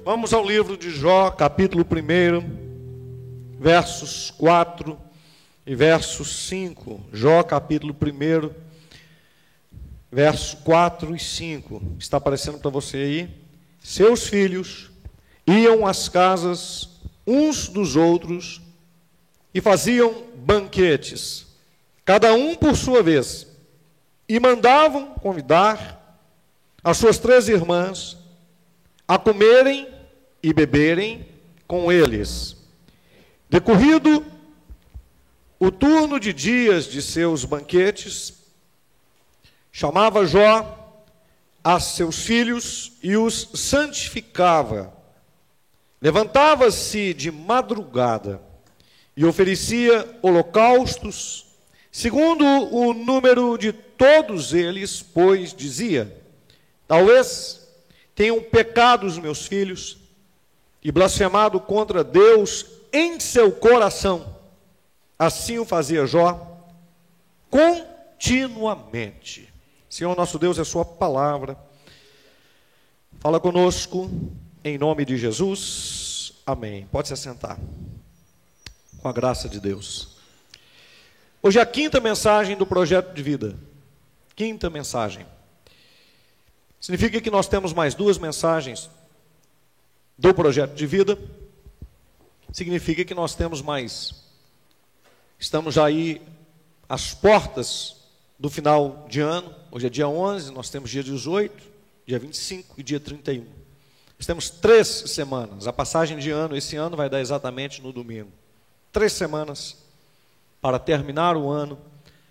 Vamos ao livro de Jó, capítulo 1, versos 4 e versos 5. Jó, capítulo 1, versos 4 e 5. Está aparecendo para você aí. Seus filhos iam às casas uns dos outros e faziam banquetes, cada um por sua vez, e mandavam convidar as suas 3 irmãs a comerem e beberem com eles. Decorrido o turno de dias de seus banquetes, chamava Jó a seus filhos e os santificava. Levantava-se de madrugada e oferecia holocaustos, segundo o número de todos eles, pois dizia: talvez tenham pecado os meus filhos e blasfemado contra Deus em seu coração. Assim o fazia Jó continuamente. Senhor nosso Deus, é a sua palavra. Fala conosco, em nome de Jesus. Amém. Pode se assentar. Com a graça de Deus. Hoje é a 5ª mensagem do projeto de vida. 5ª mensagem. Significa que nós temos mais 2 mensagens do projeto de vida. Significa que nós temos mais. Estamos já aí às portas do final de ano. Hoje é dia 11, nós temos dia 18, dia 25 e dia 31. Nós temos 3 semanas. A passagem de ano esse ano vai dar exatamente no domingo. 3 semanas para terminar o ano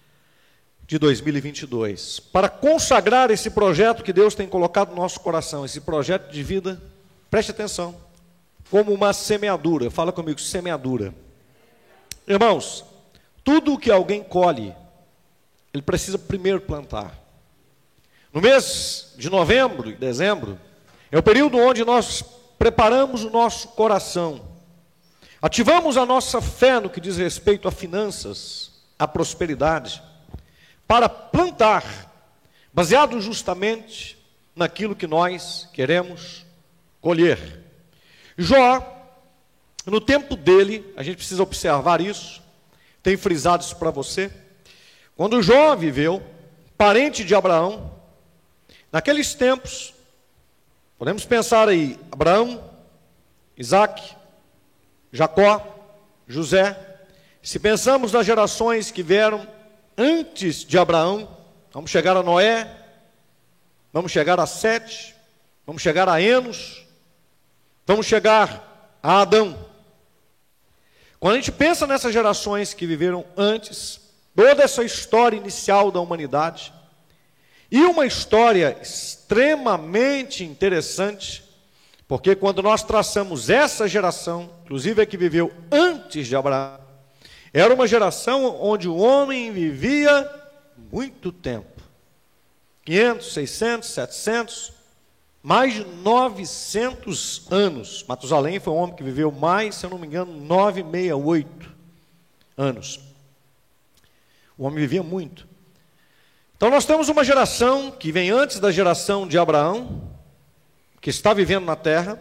de 2022. Para consagrar esse projeto que Deus tem colocado no nosso coração, esse projeto de vida, preste atenção, como uma semeadura. Fala comigo, semeadura. Irmãos, tudo o que alguém colhe, ele precisa primeiro plantar. No mês de novembro e dezembro, é o período onde nós preparamos o nosso coração, ativamos a nossa fé no que diz respeito a finanças, a prosperidade, para plantar, baseado justamente naquilo que nós queremos colher. Jó, no tempo dele, a gente precisa observar isso, tem frisado isso para você. Quando Jó viveu, parente de Abraão, naqueles tempos, podemos pensar aí, Abraão, Isaac, Jacó, José. Se pensamos nas gerações que vieram antes de Abraão, vamos chegar a Noé, vamos chegar a Sete, vamos chegar a Enos, vamos chegar a Adão. Quando a gente pensa nessas gerações que viveram antes, toda essa história inicial da humanidade, e uma história extremamente interessante, porque quando nós traçamos essa geração, inclusive a que viveu antes de Abraão, era uma geração onde o homem vivia muito tempo. 500, 600, 700, mais de 900 anos. Matusalém foi um homem que viveu mais, se eu não me engano, 968 anos. O homem vivia muito. Então nós temos uma geração que vem antes da geração de Abraão, que está vivendo na terra.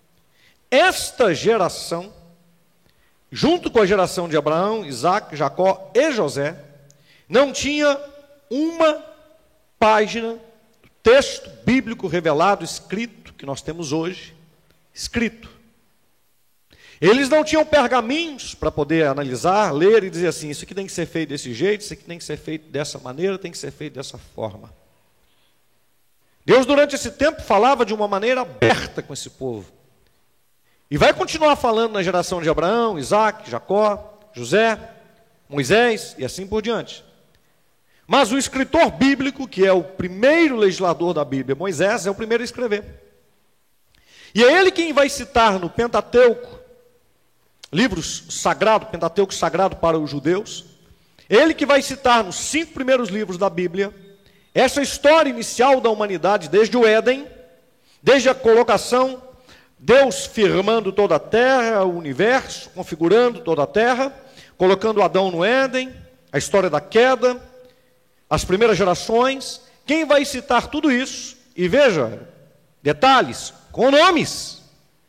Esta geração, junto com a geração de Abraão, Isaac, Jacó e José, não tinha uma página do texto bíblico revelado, escrito, que nós temos hoje, escrito. Eles não tinham pergaminhos para poder analisar, ler e dizer assim, isso aqui tem que ser feito desse jeito, isso aqui tem que ser feito dessa maneira, tem que ser feito dessa forma. Deus, durante esse tempo, falava de uma maneira aberta com esse povo. E vai continuar falando na geração de Abraão, Isaac, Jacó, José, Moisés e assim por diante. Mas o escritor bíblico, que é o primeiro legislador da Bíblia, Moisés, é o primeiro a escrever. E é ele quem vai citar no Pentateuco, livros sagrados, Pentateuco sagrado para os judeus, ele que vai citar nos 5 primeiros livros da Bíblia, essa história inicial da humanidade, desde o Éden, desde a colocação, Deus firmando toda a terra, o universo, configurando toda a terra, colocando Adão no Éden, a história da queda, as primeiras gerações. Quem vai citar tudo isso, e veja, detalhes, com nomes,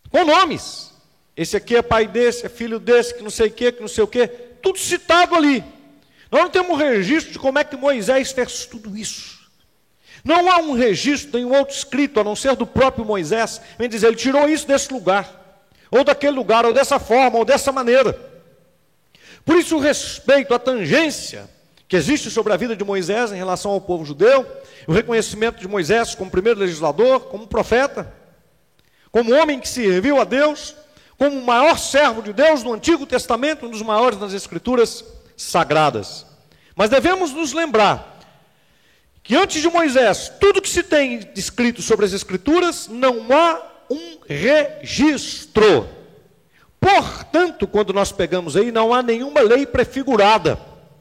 com nomes. Esse aqui é pai desse, é filho desse, que não sei o que, que não sei o que, tudo citado ali. Nós não temos um registro de como é que Moisés fez tudo isso. Não há um registro, nenhum outro escrito, a não ser do próprio Moisés, vem dizer, ele tirou isso desse lugar, ou daquele lugar, ou dessa forma, ou dessa maneira. Por isso o respeito, a tangência que existe sobre a vida de Moisés em relação ao povo judeu, o reconhecimento de Moisés como primeiro legislador, como profeta, como homem que serviu a Deus, como o maior servo de Deus no Antigo Testamento, um dos maiores das Escrituras sagradas. Mas devemos nos lembrar que antes de Moisés, tudo que se tem escrito sobre as Escrituras, não há um registro. Portanto, quando nós pegamos aí, não há nenhuma lei prefigurada.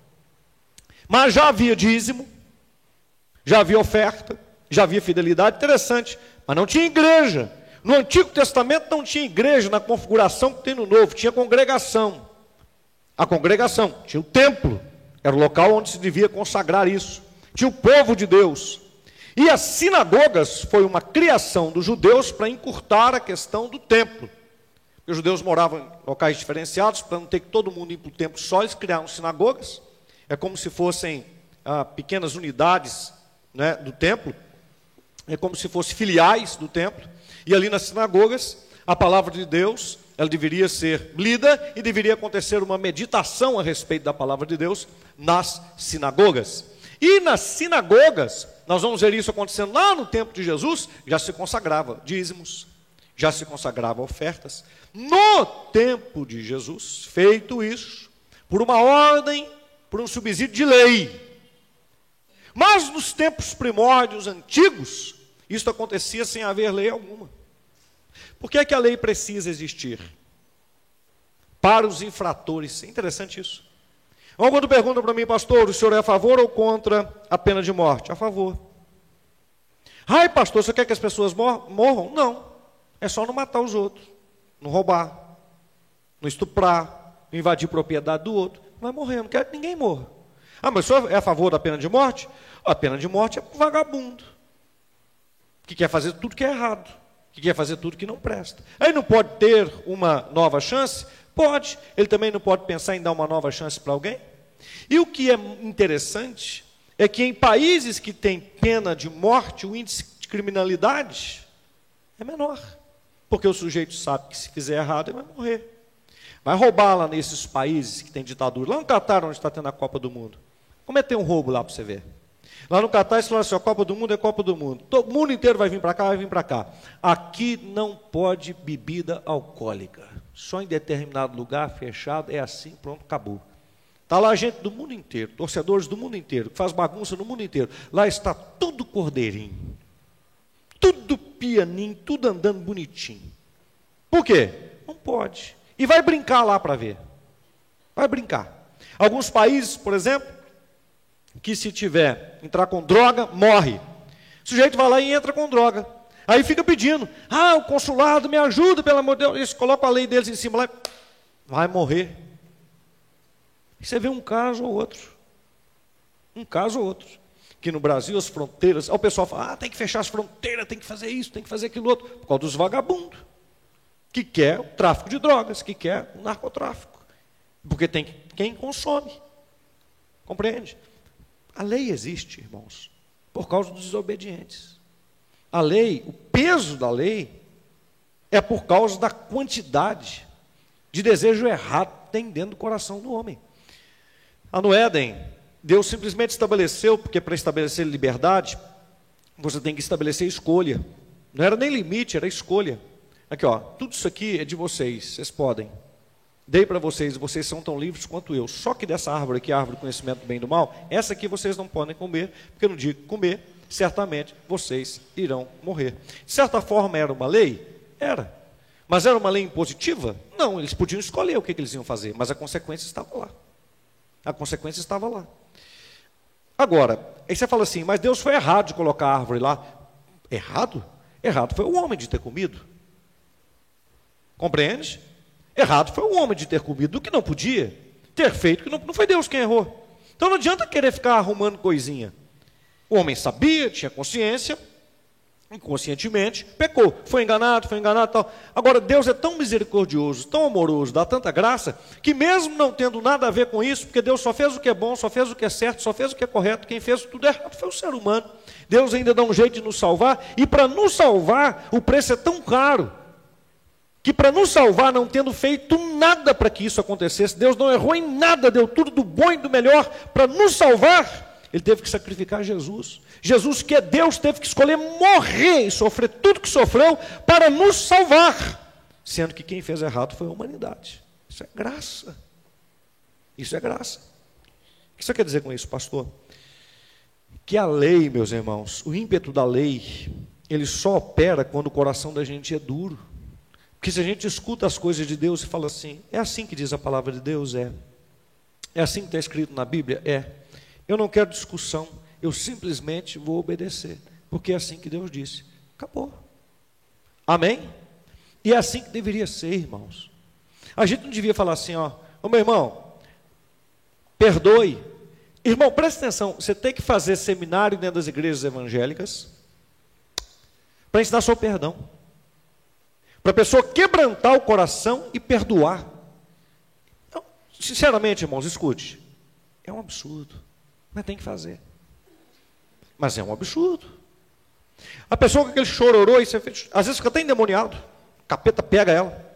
Mas já havia dízimo, já havia oferta, já havia fidelidade, interessante, mas não tinha igreja. No Antigo Testamento não tinha igreja na configuração que tem no Novo, tinha congregação. A congregação, tinha o templo, era o local onde se devia consagrar isso. Tinha o povo de Deus. E as sinagogas foi uma criação dos judeus para encurtar a questão do templo. Os judeus moravam em locais diferenciados, para não ter que todo mundo ir para o templo só, eles criaram sinagogas. É como se fossem pequenas unidades, né, do templo. É como se fossem filiais do templo. E ali nas sinagogas, a palavra de Deus, ela deveria ser lida e deveria acontecer uma meditação a respeito da palavra de Deus nas sinagogas. E nas sinagogas, nós vamos ver isso acontecendo lá no tempo de Jesus, já se consagrava dízimos, já se consagrava ofertas. No tempo de Jesus, feito isso, por uma ordem, por um subsídio de lei. Mas nos tempos primórdios antigos, isso acontecia sem haver lei alguma. Por que é que a lei precisa existir? Para os infratores. É interessante isso. Ou quando perguntam para mim, pastor, o senhor é a favor ou contra a pena de morte? A favor. Ai, pastor, você quer que as pessoas morram? Não. É só não matar os outros, não roubar, não estuprar, não invadir propriedade do outro. Vai morrer, eu não quero que ninguém morra. Ah, mas o senhor é a favor da pena de morte? A pena de morte é para o vagabundo, que quer fazer tudo que é errado, que quer fazer tudo que não presta. Aí não pode ter uma nova chance? Pode. Ele também não pode pensar em dar uma nova chance para alguém? E o que é interessante é que em países que têm pena de morte, o índice de criminalidade é menor. Porque o sujeito sabe que se fizer errado, ele vai morrer. Vai roubar lá nesses países que tem ditadura. Lá no Catar, onde está tendo a Copa do Mundo. Cometer um roubo lá para você ver. Lá no Catar, eles falam assim, a Copa do Mundo é Copa do Mundo. Todo mundo inteiro vai vir para cá, vai vir para cá. Aqui não pode bebida alcoólica. Só em determinado lugar, fechado, é assim, pronto, acabou. Está lá gente do mundo inteiro, torcedores do mundo inteiro, que faz bagunça no mundo inteiro. Lá está tudo cordeirinho. Tudo pianinho, tudo andando bonitinho. Por quê? Não pode. E vai brincar lá para ver. Vai brincar. Alguns países, por exemplo, que se entrar com droga, morre. O sujeito vai lá e entra com droga. Aí fica pedindo, o consulado me ajuda, pelo amor de Deus. Eles colocam a lei deles em cima lá, vai morrer. E você vê um caso ou outro. Um caso ou outro. Que no Brasil as fronteiras, o pessoal fala, tem que fechar as fronteiras, tem que fazer isso, tem que fazer aquilo outro, por causa dos vagabundos, que quer o tráfico de drogas, que quer o narcotráfico, porque tem quem consome, compreende? A lei existe, irmãos, por causa dos desobedientes. A lei, o peso da lei, é por causa da quantidade de desejo errado que tem dentro do coração do homem. No Éden, Deus simplesmente estabeleceu, porque para estabelecer liberdade, você tem que estabelecer escolha. Não era nem limite, era escolha. Aqui, tudo isso aqui é de vocês, vocês podem. Dei para vocês, vocês são tão livres quanto eu. Só que dessa árvore aqui, a árvore do conhecimento do bem e do mal, essa aqui vocês não podem comer, porque no dia que comer, certamente vocês irão morrer. De certa forma era uma lei? Era. Mas era uma lei impositiva? Não, eles podiam escolher o que eles iam fazer, mas a consequência estava lá. A consequência estava lá. Agora, aí você fala assim, mas Deus foi errado de colocar a árvore lá. Errado? Errado foi o homem de ter comido. Compreende? Errado foi o homem de ter comido do que não podia. Ter feito que não foi Deus quem errou. Então não adianta querer ficar arrumando coisinha. O homem sabia, tinha consciência, inconscientemente, pecou, foi enganado tal. Agora, Deus é tão misericordioso, tão amoroso, dá tanta graça, que mesmo não tendo nada a ver com isso, porque Deus só fez o que é bom, só fez o que é certo, só fez o que é correto, quem fez tudo errado foi o ser humano. Deus ainda dá um jeito de nos salvar, e para nos salvar, o preço é tão caro, que para nos salvar, não tendo feito nada para que isso acontecesse, Deus não errou em nada, deu tudo do bom e do melhor, para nos salvar, Ele teve que sacrificar Jesus. Jesus, que é Deus, teve que escolher morrer e sofrer tudo que sofreu para nos salvar, sendo que quem fez errado foi a humanidade. Isso é graça. Isso é graça. O que você quer dizer com isso, pastor? Que a lei, meus irmãos, o ímpeto da lei, ele só opera quando o coração da gente é duro. Porque se a gente escuta as coisas de Deus e fala assim, é assim que diz a palavra de Deus? É assim que está escrito na Bíblia? Eu não quero discussão, eu simplesmente vou obedecer, porque é assim que Deus disse. Acabou. Amém? E é assim que deveria ser, irmãos. A gente não devia falar assim, ô meu irmão, perdoe. Irmão, presta atenção, você tem que fazer seminário dentro das igrejas evangélicas para ensinar sobre perdão. Para a pessoa quebrantar o coração e perdoar. Então, sinceramente, irmãos, escute. É um absurdo, mas tem que fazer. Mas é um absurdo. A pessoa com aquele chororô, às vezes fica até endemoniado. O capeta pega ela.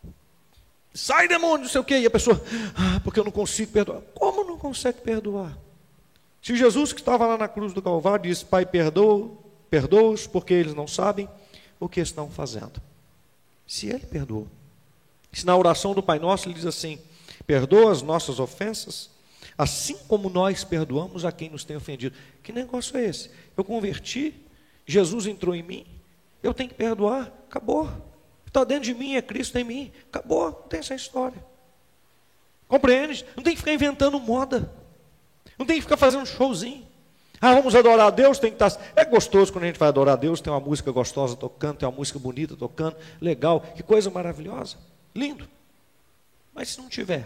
Sai, demônio, não sei o quê. E a pessoa, porque eu não consigo perdoar. Como não consegue perdoar? Se Jesus que estava lá na cruz do Calvário disse, Pai, perdoa-os, porque eles não sabem o que estão fazendo. Se Ele perdoou. Se na oração do Pai Nosso Ele diz assim, perdoa as nossas ofensas, assim como nós perdoamos a quem nos tem ofendido. Que negócio é esse? Eu converti, Jesus entrou em mim, eu tenho que perdoar, acabou. Está dentro de mim, é Cristo em mim, acabou, não tem essa história. Compreende? Não tem que ficar inventando moda, não tem que ficar fazendo showzinho. Vamos adorar a Deus, tem que estar... É gostoso quando a gente vai adorar a Deus, tem uma música gostosa tocando, tem uma música bonita tocando, legal, que coisa maravilhosa, lindo. Mas se não tiver,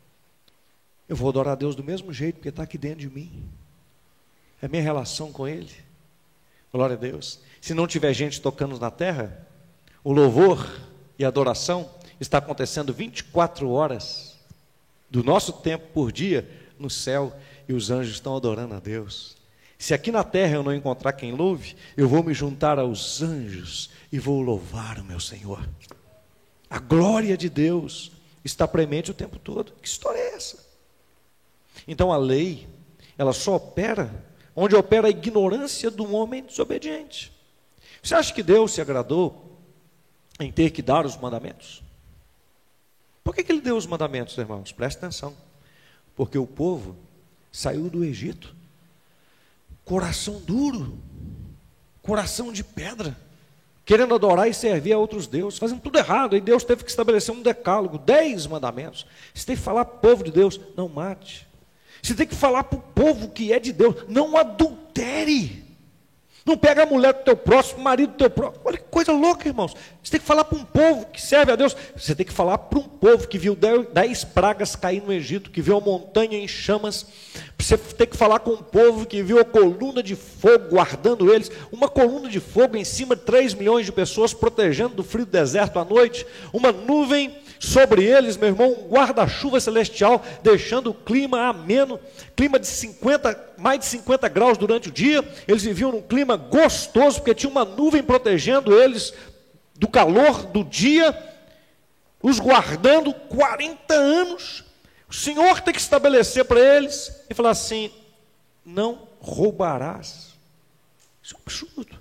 eu vou adorar a Deus do mesmo jeito, porque está aqui dentro de mim. É a minha relação com Ele. Glória a Deus. Se não tiver gente tocando na terra, o louvor e a adoração está acontecendo 24 horas do nosso tempo por dia no céu, e os anjos estão adorando a Deus. Se aqui na terra eu não encontrar quem louve, eu vou me juntar aos anjos e vou louvar o meu Senhor. A glória de Deus está premente o tempo todo. Que história é essa? Então a lei, ela só opera onde opera a ignorância do homem desobediente. Você acha que Deus se agradou em ter que dar os mandamentos? Por que Ele deu os mandamentos, irmãos? Presta atenção. Porque o povo saiu do Egito, coração duro, coração de pedra, querendo adorar e servir a outros deuses, fazendo tudo errado, e Deus teve que estabelecer um decálogo, 10 mandamentos. Você tem que falar para o povo de Deus, não mate. Você tem que falar para o povo que é de Deus, não adultere. Não pega a mulher do teu próximo, o marido do teu próximo. Olha que coisa louca, irmãos. Você tem que falar para um povo que serve a Deus. Você tem que falar para um povo que viu 10 pragas cair no Egito, que viu a montanha em chamas. Você tem que falar com um povo que viu a coluna de fogo guardando eles. Uma coluna de fogo em cima de 3 milhões de pessoas, protegendo do frio do deserto à noite. Uma nuvem sobre eles, meu irmão, um guarda-chuva celestial, deixando o clima ameno, clima de mais de 50 graus durante o dia. Eles viviam num clima gostoso, porque tinha uma nuvem protegendo eles do calor do dia, os guardando 40 anos. O Senhor tem que estabelecer para eles e falar assim, não roubarás. Isso é um absurdo.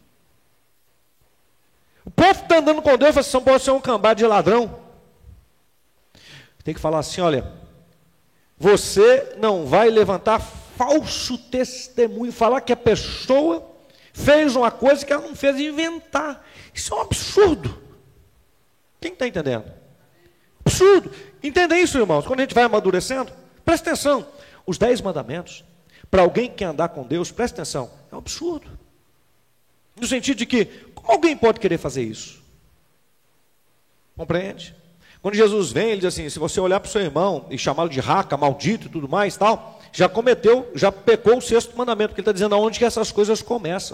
O povo está andando com Deus e fala assim, pode ser um cambado de ladrão. Tem que falar assim, olha, você não vai levantar falso testemunho, falar que a pessoa fez uma coisa que ela não fez, inventar. Isso é um absurdo. Quem está entendendo? Absurdo. Entendem isso, irmãos? Quando a gente vai amadurecendo, presta atenção. Os 10 mandamentos, para alguém que quer andar com Deus, presta atenção, é um absurdo. No sentido de que, como alguém pode querer fazer isso? Compreende? Quando Jesus vem, ele diz assim, se você olhar para o seu irmão e chamá-lo de raca, maldito e tudo mais, tal, já pecou o 6º mandamento, porque ele está dizendo aonde que essas coisas começam.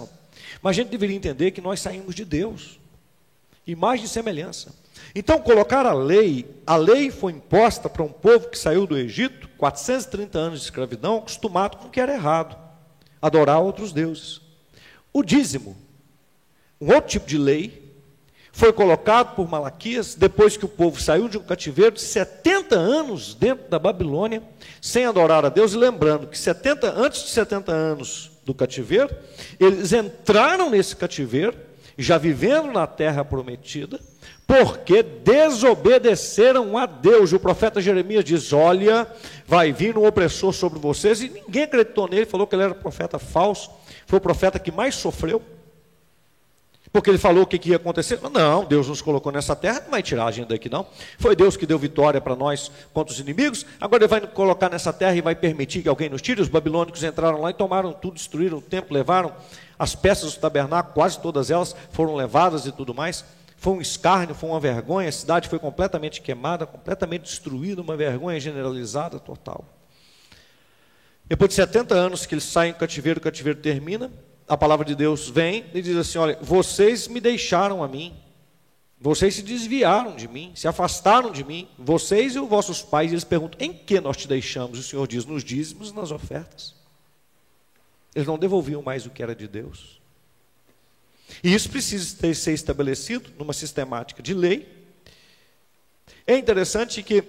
Mas a gente deveria entender que nós saímos de Deus, imagem e semelhança. Então, colocar a lei foi imposta para um povo que saiu do Egito, 430 anos de escravidão, acostumado com o que era errado, adorar outros deuses. O dízimo, um outro tipo de lei, foi colocado por Malaquias, depois que o povo saiu de um cativeiro de 70 anos dentro da Babilônia, sem adorar a Deus, e lembrando que antes de 70 anos do cativeiro, eles entraram nesse cativeiro, já vivendo na terra prometida, porque desobedeceram a Deus. O profeta Jeremias diz: olha, vai vir um opressor sobre vocês, e ninguém acreditou nele, falou que ele era profeta falso, foi o profeta que mais sofreu, porque ele falou o que ia acontecer. Não, Deus nos colocou nessa terra, não vai tirar a gente daqui não, foi Deus que deu vitória para nós contra os inimigos, agora ele vai nos colocar nessa terra e vai permitir que alguém nos tire. Os babilônicos entraram lá e tomaram tudo, destruíram o templo, levaram as peças do tabernáculo, quase todas elas foram levadas e tudo mais. Foi um escárnio, foi uma vergonha, a cidade foi completamente queimada, completamente destruída, uma vergonha generalizada, total. Depois de 70 anos que eles saem do cativeiro, o cativeiro termina, a palavra de Deus vem e diz assim: olha, vocês me deixaram a mim, vocês se desviaram de mim, se afastaram de mim, vocês e os vossos pais. E eles perguntam: em que nós te deixamos? E o Senhor diz: nos dízimos e nas ofertas. Eles não devolviam mais o que era de Deus. E isso precisa ser estabelecido numa sistemática de lei. É interessante que,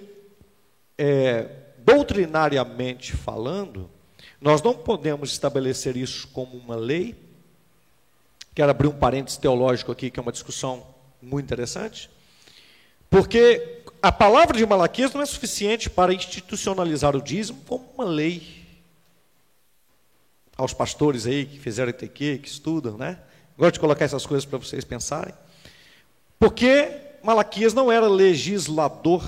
doutrinariamente falando, nós não podemos estabelecer isso como uma lei. Quero abrir um parênteses teológico aqui, que é uma discussão muito interessante, porque a palavra de Malaquias não é suficiente para institucionalizar o dízimo como uma lei. Aos pastores aí que fizeram ITQ, que estudam, né? Gosto de colocar essas coisas para vocês pensarem. Porque Malaquias não era legislador.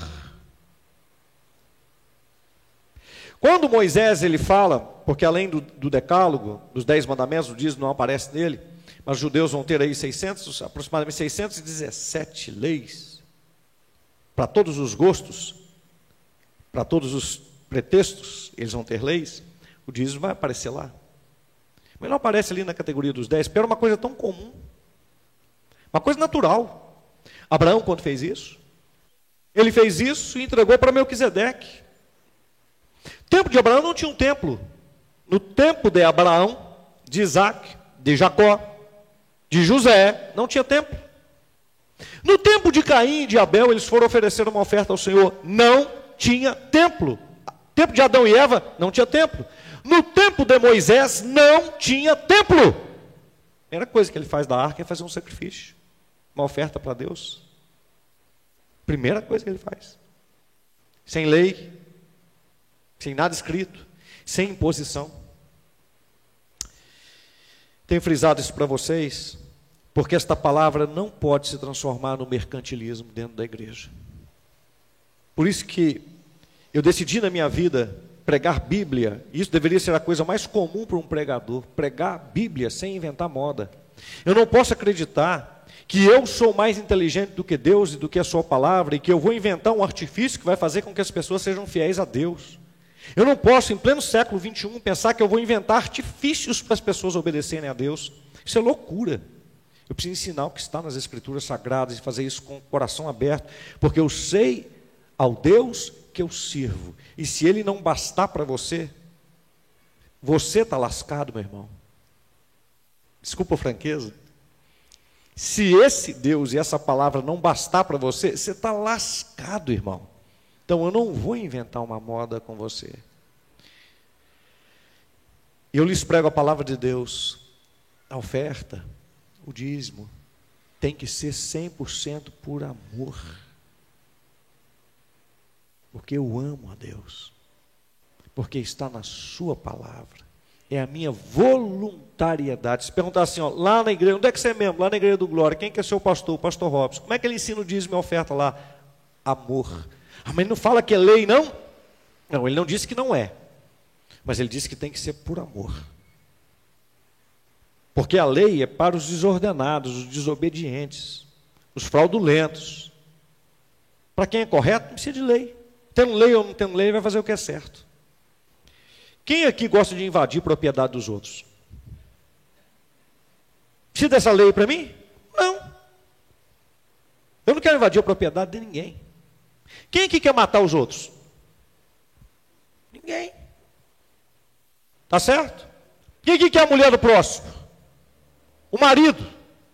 Quando Moisés ele fala, porque além do decálogo, dos 10 mandamentos, o dízimo não aparece nele, mas os judeus vão ter aí aproximadamente 617 leis, para todos os gostos, para todos os pretextos, eles vão ter leis. O dízimo vai aparecer lá. Mas não aparece ali na categoria dos 10, porque era uma coisa tão comum, uma coisa natural. Abraão, quando fez isso, ele fez isso e entregou para Melquisedeque. O tempo de Abraão não tinha um templo. No tempo de Abraão, de Isaac, de Jacó, de José, não tinha templo. No tempo de Caim e de Abel, eles foram oferecer uma oferta ao Senhor, não tinha templo. No tempo de Adão e Eva, não tinha templo. No tempo de Moisés, não tinha templo. A primeira coisa que ele faz da arca é fazer um sacrifício, uma oferta para Deus. Primeira coisa que ele faz. Sem lei, sem nada escrito, sem imposição. Tenho frisado isso para vocês, porque esta palavra não pode se transformar no mercantilismo dentro da igreja. Por isso que eu decidi na minha vida pregar Bíblia. Isso deveria ser a coisa mais comum para um pregador, pregar Bíblia sem inventar moda. Eu não posso acreditar que eu sou mais inteligente do que Deus e do que a sua palavra, e que eu vou inventar um artifício que vai fazer com que as pessoas sejam fiéis a Deus. Eu não posso, em pleno século XXI, pensar que eu vou inventar artifícios para as pessoas obedecerem a Deus. Isso é loucura. Eu preciso ensinar o que está nas Escrituras Sagradas e fazer isso com o coração aberto, porque eu sei ao Deus que eu sirvo, e se ele não bastar para você, você está lascado, meu irmão. Desculpa a franqueza. Se esse Deus e essa palavra não bastar para você, você está lascado, irmão. Então eu não vou inventar uma moda com você. Eu lhes prego a palavra de Deus. A oferta, o dízimo, tem que ser 100% por amor. Porque eu amo a Deus, porque está na sua palavra, é a minha voluntariedade. Se perguntar assim, ó, lá na igreja, onde é que você é membro? Lá na igreja do Glória, quem que é seu pastor? O pastor Robson. Como é que ele ensina o dízimo e a oferta lá? Amor. Ah, mas ele não fala que é lei, não? Não, ele não disse que não é, mas ele disse que tem que ser por amor. Porque a lei é para os desordenados, os desobedientes, os fraudulentos. Para quem é correto, não precisa de lei. Tendo lei ou não tendo lei, vai fazer o que é certo. Quem aqui gosta de invadir propriedade dos outros? Precisa dessa lei para mim? Não. Eu não quero invadir a propriedade de ninguém. Quem aqui quer matar os outros? Ninguém. Tá certo? Quem aqui quer a mulher do próximo? O marido.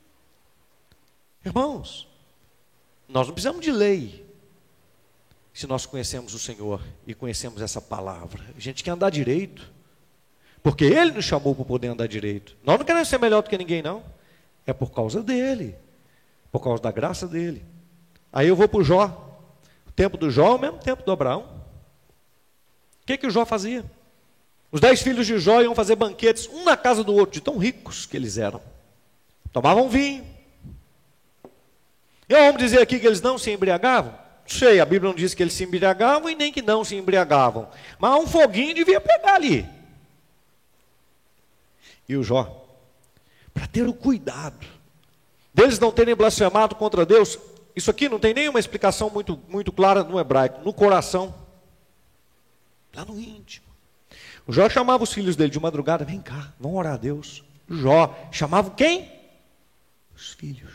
Irmãos, nós não precisamos de lei se nós conhecemos o Senhor e conhecemos essa palavra. A gente quer andar direito, porque Ele nos chamou para poder andar direito. Nós não queremos ser melhor do que ninguém, não. É por causa dEle, por causa da graça dEle. Aí eu vou para o Jó. O tempo do Jó é o mesmo tempo do Abraão. O que o Jó fazia? Os 10 filhos de Jó iam fazer banquetes, um na casa do outro, de tão ricos que eles eram. Tomavam vinho. E vamos dizer aqui que eles não se embriagavam? Não sei, a Bíblia não diz que eles se embriagavam e nem que não se embriagavam. Mas um foguinho devia pegar ali. E o Jó, para ter o cuidado deles não terem blasfemado contra Deus, isso aqui não tem nenhuma explicação muito clara no hebraico, no coração, lá no íntimo. O Jó chamava os filhos dele de madrugada, vem cá, vamos orar a Deus. O Jó chamava quem? Os filhos.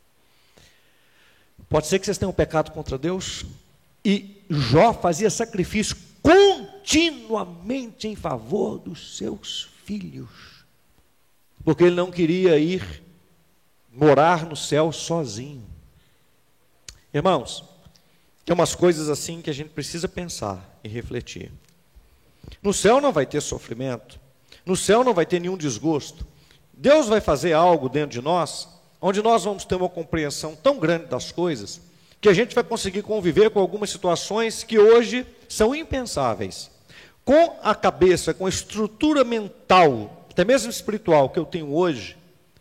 Pode ser que vocês tenham pecado contra Deus, e Jó fazia sacrifício continuamente em favor dos seus filhos, porque ele não queria ir morar no céu sozinho. Irmãos, tem umas coisas assim que a gente precisa pensar e refletir. No céu não vai ter sofrimento, no céu não vai ter nenhum desgosto. Deus vai fazer algo dentro de nós, onde nós vamos ter uma compreensão tão grande das coisas, que a gente vai conseguir conviver com algumas situações que hoje são impensáveis. Com a cabeça, com a estrutura mental, até mesmo espiritual que eu tenho hoje,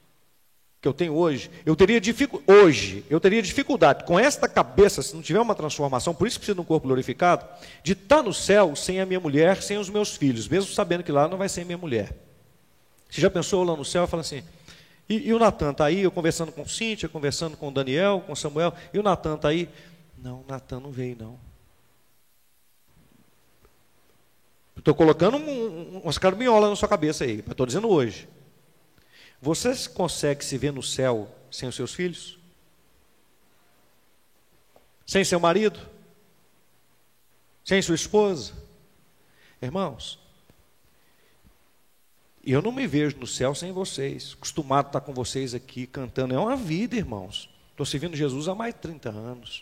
eu teria dificuldade com esta cabeça, se não tiver uma transformação, por isso que precisa de um corpo glorificado, de estar no céu sem a minha mulher, sem os meus filhos, mesmo sabendo que lá não vai ser minha mulher. Você já pensou lá no céu e fala assim, e o Natan está aí, eu conversando com Cíntia, conversando com Daniel, com Samuel, e o Natan está aí? Não, o Natan não veio não. Estou colocando umas caraminholas na sua cabeça aí, mas estou dizendo hoje. Você consegue se ver no céu sem os seus filhos? Sem seu marido? Sem sua esposa? Irmãos, eu não me vejo no céu sem vocês, acostumado a estar com vocês aqui, cantando. É uma vida, irmãos. Estou servindo Jesus há mais de 30 anos.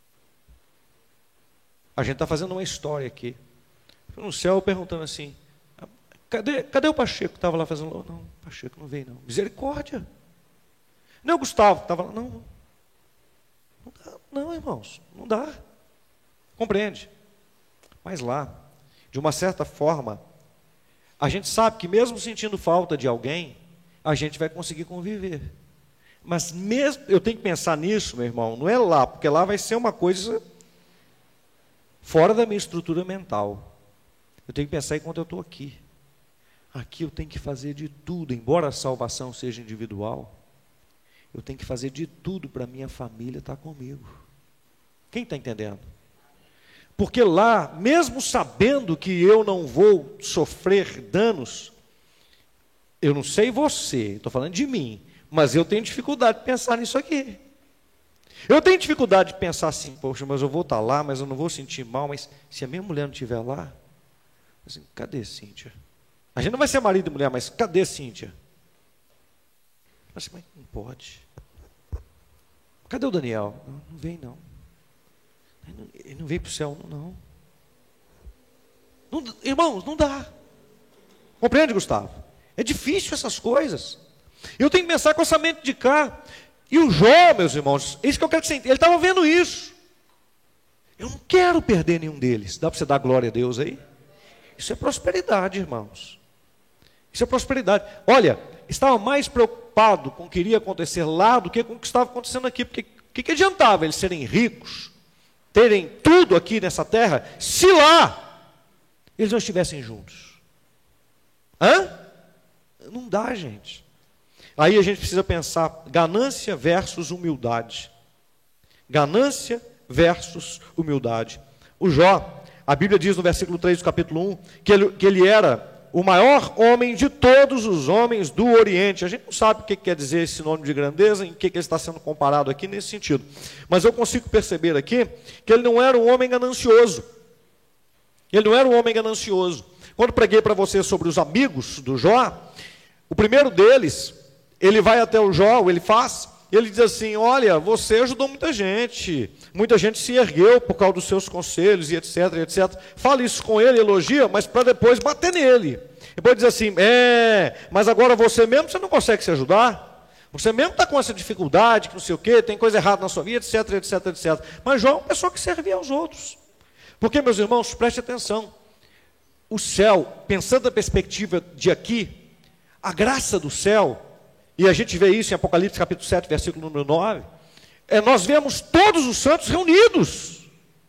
A gente está fazendo uma história aqui. No céu, perguntando assim, cadê o Pacheco que estava lá fazendo? Não, o Pacheco não veio não. Misericórdia. Não é o Gustavo que estava lá? Não dá, não, irmãos, não dá. Compreende? Mas lá, de uma certa forma, a gente sabe que mesmo sentindo falta de alguém, a gente vai conseguir conviver. Mas mesmo, eu tenho que pensar nisso, meu irmão, não é lá, porque lá vai ser uma coisa fora da minha estrutura mental. Eu tenho que pensar enquanto eu estou aqui. Aqui eu tenho que fazer de tudo, embora a salvação seja individual, eu tenho que fazer de tudo para a minha família estar comigo. Quem está entendendo? Porque lá, mesmo sabendo que eu não vou sofrer danos, eu não sei você, estou falando de mim, mas eu tenho dificuldade de pensar nisso aqui. Eu tenho dificuldade de pensar assim, poxa, mas eu vou estar lá, mas eu não vou sentir mal, mas se a minha mulher não estiver lá, assim, cadê Cíntia? A gente não vai ser marido e mulher, mas cadê Cíntia? Assim, mas não pode. Cadê o Daniel? Não vem não. Ele não veio para o céu, não. Irmãos, não dá. Compreende, Gustavo? É difícil essas coisas. Eu tenho que pensar com essa mente de cá. E o Jó, meus irmãos, isso que eu quero que você entenda. Ele estava vendo isso. Eu não quero perder nenhum deles. Dá para você dar glória a Deus aí? Isso é prosperidade, irmãos. Isso é prosperidade. Olha, estava mais preocupado com o que iria acontecer lá do que com o que estava acontecendo aqui. Porque o que adiantava eles serem ricos, terem tudo aqui nessa terra, se lá eles não estivessem juntos? Não dá, gente. Aí a gente precisa pensar ganância versus humildade. Ganância versus humildade. O Jó, a Bíblia diz no versículo 3 do capítulo 1, que ele era o maior homem de todos os homens do Oriente. A gente não sabe o que quer dizer esse nome de grandeza, em que ele está sendo comparado aqui nesse sentido. Mas eu consigo perceber aqui que ele não era um homem ganancioso. Ele não era um homem ganancioso. Quando preguei para você sobre os amigos do Jó, o primeiro deles, ele vai até o Jó, ele faz, e ele diz assim: olha, você ajudou muita gente se ergueu por causa dos seus conselhos e etc, etc. Fala isso com ele, elogia, mas para depois bater nele. Depois diz assim: mas agora você mesmo, você não consegue se ajudar? Você mesmo está com essa dificuldade, que não sei o quê, tem coisa errada na sua vida, etc, etc, etc. Mas Jó é uma pessoa que servia aos outros. Porque, meus irmãos, preste atenção. O céu, pensando na perspectiva de aqui, a graça do céu, e a gente vê isso em Apocalipse capítulo 7, versículo número 9, nós vemos todos os santos reunidos.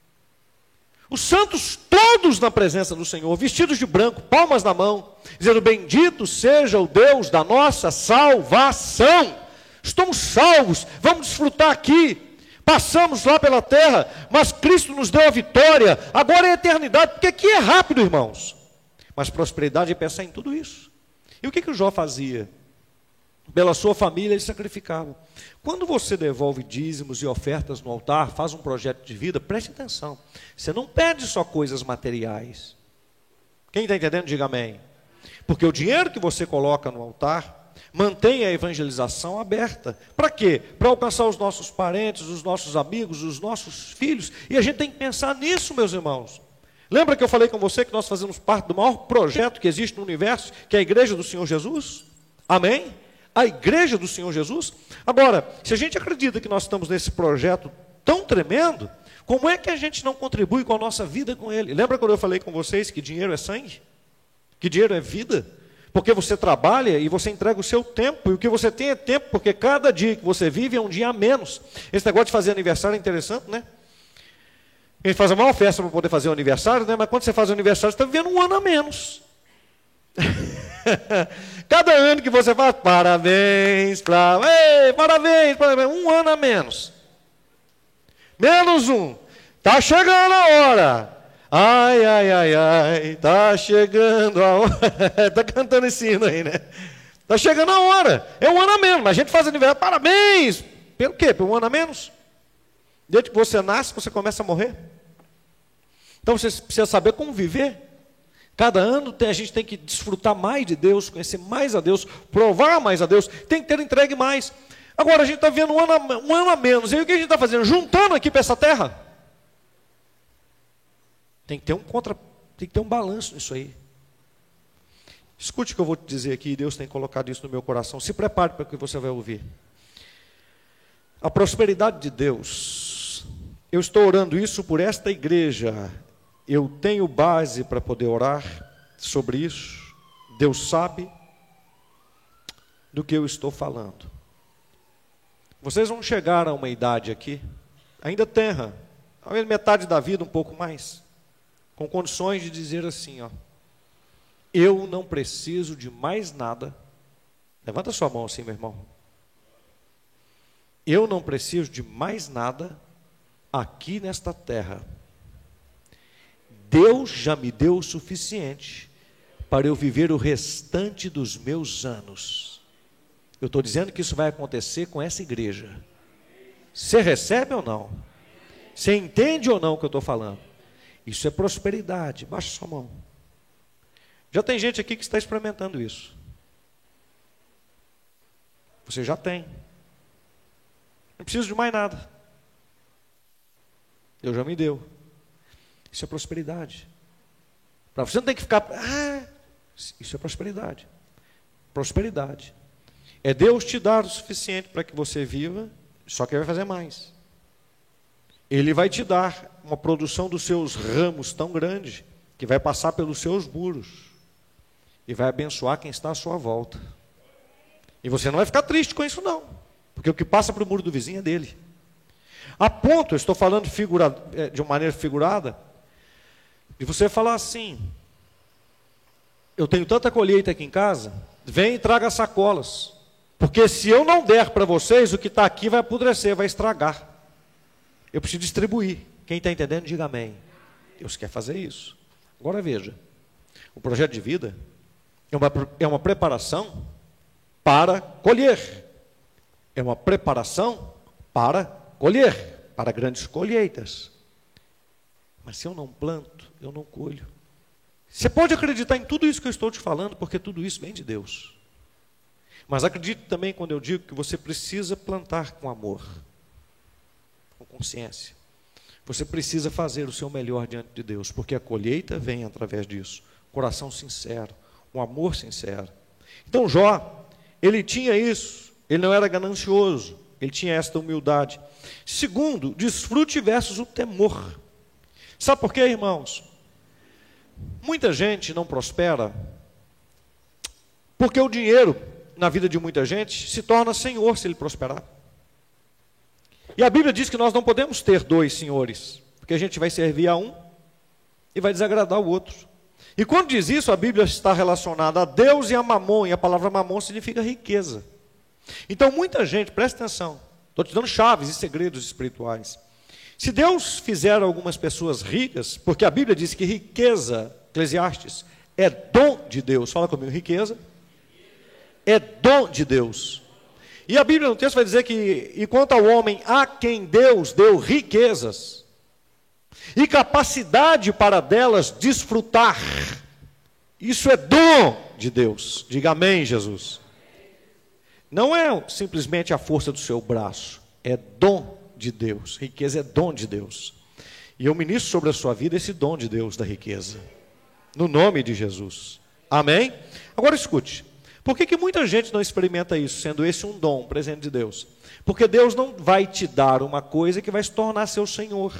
Os santos todos na presença do Senhor, vestidos de branco, palmas na mão, dizendo: bendito seja o Deus da nossa salvação. Estamos salvos, vamos desfrutar aqui. Passamos lá pela terra, mas Cristo nos deu a vitória. Agora é a eternidade, porque aqui é rápido, irmãos. Mas prosperidade é pensar em tudo isso. E o que o Jó fazia? Pela sua família ele sacrificava. Quando você devolve dízimos e ofertas no altar, faz um projeto de vida, preste atenção. Você não pede só coisas materiais. Quem está entendendo, diga amém. Porque o dinheiro que você coloca no altar mantém a evangelização aberta. Para quê? Para alcançar os nossos parentes, os nossos amigos, os nossos filhos. E a gente tem que pensar nisso, meus irmãos. Lembra que eu falei com você que nós fazemos parte do maior projeto que existe no universo, que é a Igreja do Senhor Jesus? Amém? A Igreja do Senhor Jesus. Agora, se a gente acredita que nós estamos nesse projeto tão tremendo, como é que a gente não contribui com a nossa vida com ele? Lembra quando eu falei com vocês que dinheiro é sangue? Que dinheiro é vida? Porque você trabalha e você entrega o seu tempo, e o que você tem é tempo, porque cada dia que você vive é um dia a menos. Esse negócio de fazer aniversário é interessante, né? A gente faz a maior festa para poder fazer o aniversário, né? Mas quando você faz o aniversário, você está vivendo um ano a menos. Cada ano que você faz, parabéns, parabéns, um ano a menos. Menos um. Está chegando a hora. Ai, ai, ai, ai, está chegando a hora. Está cantando esse hino aí, né? Está chegando a hora. É um ano a menos, mas a gente faz aniversário, parabéns. Pelo quê? Por um ano a menos? Desde que você nasce, você começa a morrer. Então você precisa saber como viver. Cada ano a gente tem que desfrutar mais de Deus, conhecer mais a Deus, provar mais a Deus, tem que ter entregue mais. Agora a gente está vendo um ano a menos. E aí o que a gente está fazendo? Juntando aqui para essa terra. Tem que ter um balanço nisso aí. Escute o que eu vou te dizer aqui, Deus tem colocado isso no meu coração. Se prepare para o que você vai ouvir. A prosperidade de Deus, eu estou orando isso por esta igreja. Eu tenho base para poder orar sobre isso. Deus sabe do que eu estou falando. Vocês vão chegar a uma idade aqui, ainda tenra, metade da vida, um pouco mais, com condições de dizer assim, ó: eu não preciso de mais nada. Levanta sua mão assim, meu irmão. Eu não preciso de mais nada aqui nesta terra. Deus já me deu o suficiente para eu viver o restante dos meus anos. Eu estou dizendo que isso vai acontecer com essa igreja. Você recebe ou não? Você entende ou não o que eu estou falando? Isso é prosperidade. Baixa sua mão. Já tem gente aqui que está experimentando isso. Você já tem. Não preciso de mais nada. Deus já me deu. Isso é prosperidade. Para você não tem que ficar... isso é prosperidade. Prosperidade. É Deus te dar o suficiente para que você viva, só que Ele vai fazer mais. Ele vai te dar uma produção dos seus ramos tão grande, que vai passar pelos seus muros, e vai abençoar quem está à sua volta. E você não vai ficar triste com isso não, porque o que passa para o muro do vizinho é dele. A ponto, eu estou falando de uma maneira figurada, de você falar assim: eu tenho tanta colheita aqui em casa, vem e traga sacolas, porque se eu não der para vocês, o que está aqui vai apodrecer, vai estragar. Eu preciso distribuir. Quem está entendendo, diga amém. Deus quer fazer isso. Agora veja, o projeto de vida É uma preparação para colher. É uma preparação para colher, para grandes colheitas. Mas se eu não planto, eu não colho. Você pode acreditar em tudo isso que eu estou te falando, porque tudo isso vem de Deus. Mas acredite também quando eu digo que você precisa plantar com amor, com consciência. Você precisa fazer o seu melhor diante de Deus, porque a colheita vem através disso. Coração sincero, um amor sincero. Então Jó, ele tinha isso, ele não era ganancioso, ele tinha esta humildade. Segundo, desfrute versus o temor. Sabe por quê, irmãos? Muita gente não prospera porque o dinheiro na vida de muita gente se torna senhor se ele prosperar. E a Bíblia diz que nós não podemos ter dois senhores, porque a gente vai servir a um e vai desagradar o outro. E quando diz isso, a Bíblia está relacionada a Deus e a mamon, e a palavra mamon significa riqueza. Então muita gente, presta atenção, estou te dando chaves e segredos espirituais. Se Deus fizer algumas pessoas ricas, porque a Bíblia diz que riqueza, Eclesiastes, é dom de Deus. Fala comigo, riqueza é dom de Deus. E a Bíblia no texto vai dizer que, e quanto ao homem a quem Deus deu riquezas e capacidade para delas desfrutar, isso é dom de Deus. Diga amém, Jesus. Não é simplesmente a força do seu braço, é dom de Deus. Riqueza é dom de Deus. E eu ministro sobre a sua vida esse dom de Deus da riqueza, no nome de Jesus. Amém? Agora escute. Por que muita gente não experimenta isso, sendo esse um dom, um presente de Deus? Porque Deus não vai te dar uma coisa que vai se tornar seu Senhor.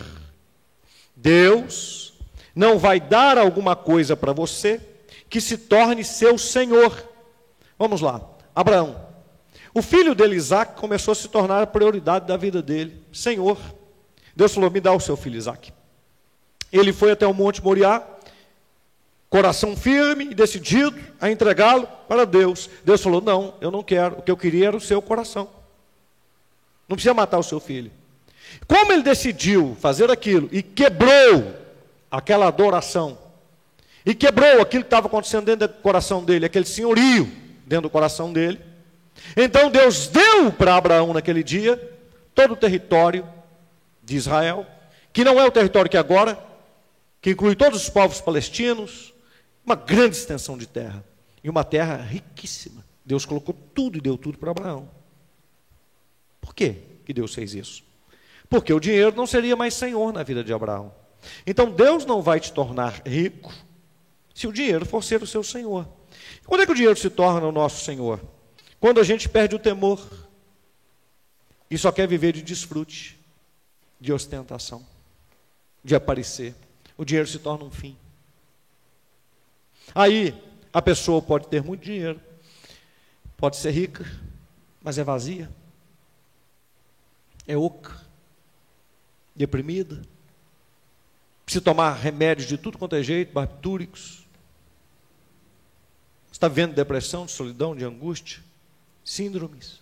Deus não vai dar alguma coisa para você que se torne seu Senhor. Vamos lá, Abraão. O filho dele, Isaac, começou a se tornar a prioridade da vida dele, Senhor. Deus falou, me dá o seu filho Isaac. Ele foi até o Monte Moriá, coração firme e decidido a entregá-lo para Deus. Deus falou, não, eu não quero, o que eu queria era o seu coração. Não precisa matar o seu filho. Como ele decidiu fazer aquilo e quebrou aquela adoração, e quebrou aquilo que estava acontecendo dentro do coração dele, aquele senhorio dentro do coração dele, então Deus deu para Abraão naquele dia todo o território de Israel, que não é o território que agora, que inclui todos os povos palestinos, uma grande extensão de terra, e uma terra riquíssima. Deus colocou tudo e deu tudo para Abraão. Por quê que Deus fez isso? Porque o dinheiro não seria mais senhor na vida de Abraão. Então Deus não vai te tornar rico se o dinheiro for ser o seu senhor. Quando é que o dinheiro se torna o nosso senhor? Quando a gente perde o temor e só quer viver de desfrute, de ostentação, de aparecer. O dinheiro se torna um fim. Aí a pessoa pode ter muito dinheiro, pode ser rica, mas é vazia, é oca, deprimida, precisa tomar remédios de tudo quanto é jeito, barbitúricos. Está vendo depressão, de solidão, de angústia, síndromes.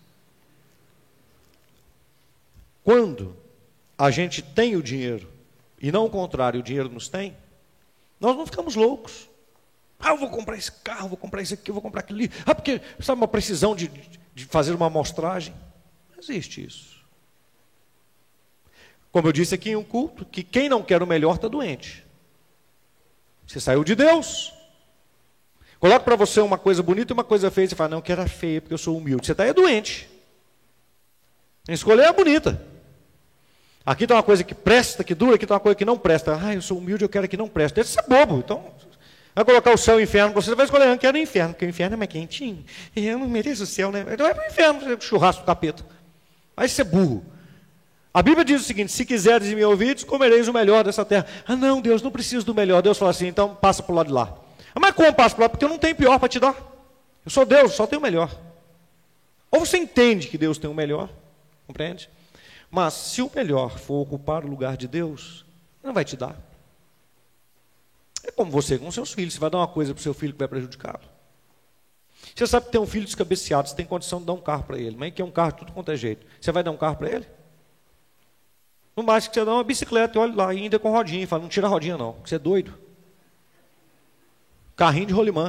Quando a gente tem o dinheiro, e não o contrário, o dinheiro nos tem, nós não ficamos loucos. Eu vou comprar esse carro, vou comprar isso aqui, eu vou comprar aquilo ali. Porque sabe uma precisão de fazer uma amostragem? Não existe isso. Como eu disse aqui em um culto, que quem não quer o melhor está doente. Você saiu de Deus. Coloca para você uma coisa bonita e uma coisa feia. Você fala, não, eu quero a feia porque eu sou humilde. Você está doente. Escolher a bonita. Aqui está uma coisa que presta, que dura, aqui está uma coisa que não presta. Eu sou humilde, eu quero a que não presta. Deve ser bobo. Então, vai colocar o céu e o inferno, você vai escolher, eu quero o inferno, porque o inferno é mais quentinho. E eu não mereço o céu, né? Então vai para o inferno, churrasco do capeta. Vai ser burro. A Bíblia diz o seguinte, se quiseres e me ouvides, comereis o melhor dessa terra. Não, Deus, não preciso do melhor. Deus fala assim, então passa para o lado de lá. Mas como passa para lá? Porque eu não tenho pior para te dar. Eu sou Deus, só tenho o melhor. Ou você entende que Deus tem o melhor, compreende? Mas se o melhor for ocupar o lugar de Deus, não vai te dar. É como você com seus filhos. Você vai dar uma coisa para o seu filho que vai prejudicá-lo. Você sabe que tem um filho descabeceado, você tem condição de dar um carro para ele, mas que é um carro de tudo quanto é jeito. Você vai dar um carro para ele? No máximo que você dá uma bicicleta, e olha lá, ainda com rodinha, e fala, não tira a rodinha não, você é doido. Carrinho de rolimã.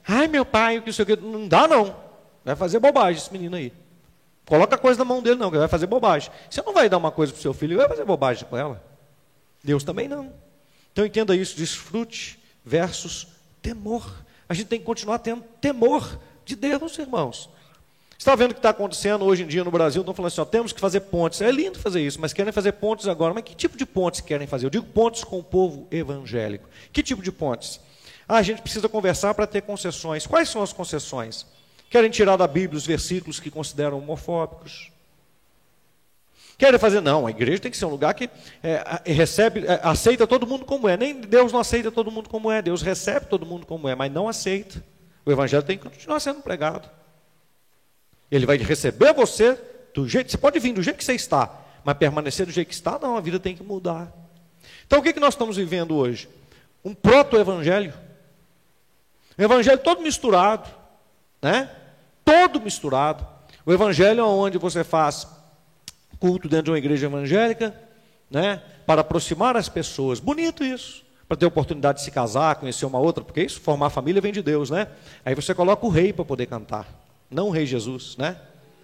Ai, meu pai, o que sei o que. Não dá, não. Vai fazer bobagem esse menino aí. Coloca a coisa na mão dele, não, que ele vai fazer bobagem. Você não vai dar uma coisa para o seu filho, ele vai fazer bobagem com ela. Deus também não. Então entenda isso, desfrute versus temor. A gente tem que continuar tendo temor de Deus, irmãos. Você está vendo o que está acontecendo hoje em dia no Brasil? Estão falando assim, ó, temos que fazer pontes. É lindo fazer isso, mas querem fazer pontes agora. Mas que tipo de pontes querem fazer? Eu digo pontes com o povo evangélico. Que tipo de pontes? A gente precisa conversar para ter concessões. Quais são as concessões? Querem tirar da Bíblia os versículos que consideram homofóbicos. Querem fazer, não, a igreja tem que ser um lugar que aceita todo mundo como é. Nem Deus não aceita todo mundo como é, Deus recebe todo mundo como é, mas não aceita. O evangelho tem que continuar sendo pregado. Ele vai receber você do jeito, você pode vir do jeito que você está, mas permanecer do jeito que está, não, a vida tem que mudar. Então o que nós estamos vivendo hoje? Um proto-evangelho. Um evangelho todo misturado, né? Todo misturado. O evangelho é onde você faz culto dentro de uma igreja evangélica, né? Para aproximar as pessoas. Bonito isso. Para ter oportunidade de se casar, conhecer uma outra, porque isso, formar família vem de Deus, né? Aí você coloca o rei para poder cantar. Não o rei Jesus, né?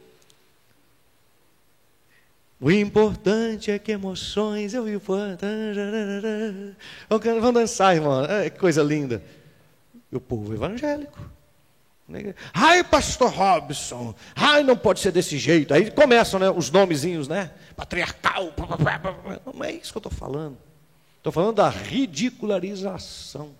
O importante é que emoções eu vivo. Vamos dançar, irmão. Que coisa linda. E o povo evangélico. Ai, pastor Robson. Ai, não pode ser desse jeito. Aí começam, né, os nomezinhos, né? Patriarcal. Não é isso que eu estou falando. Estou falando da ridicularização.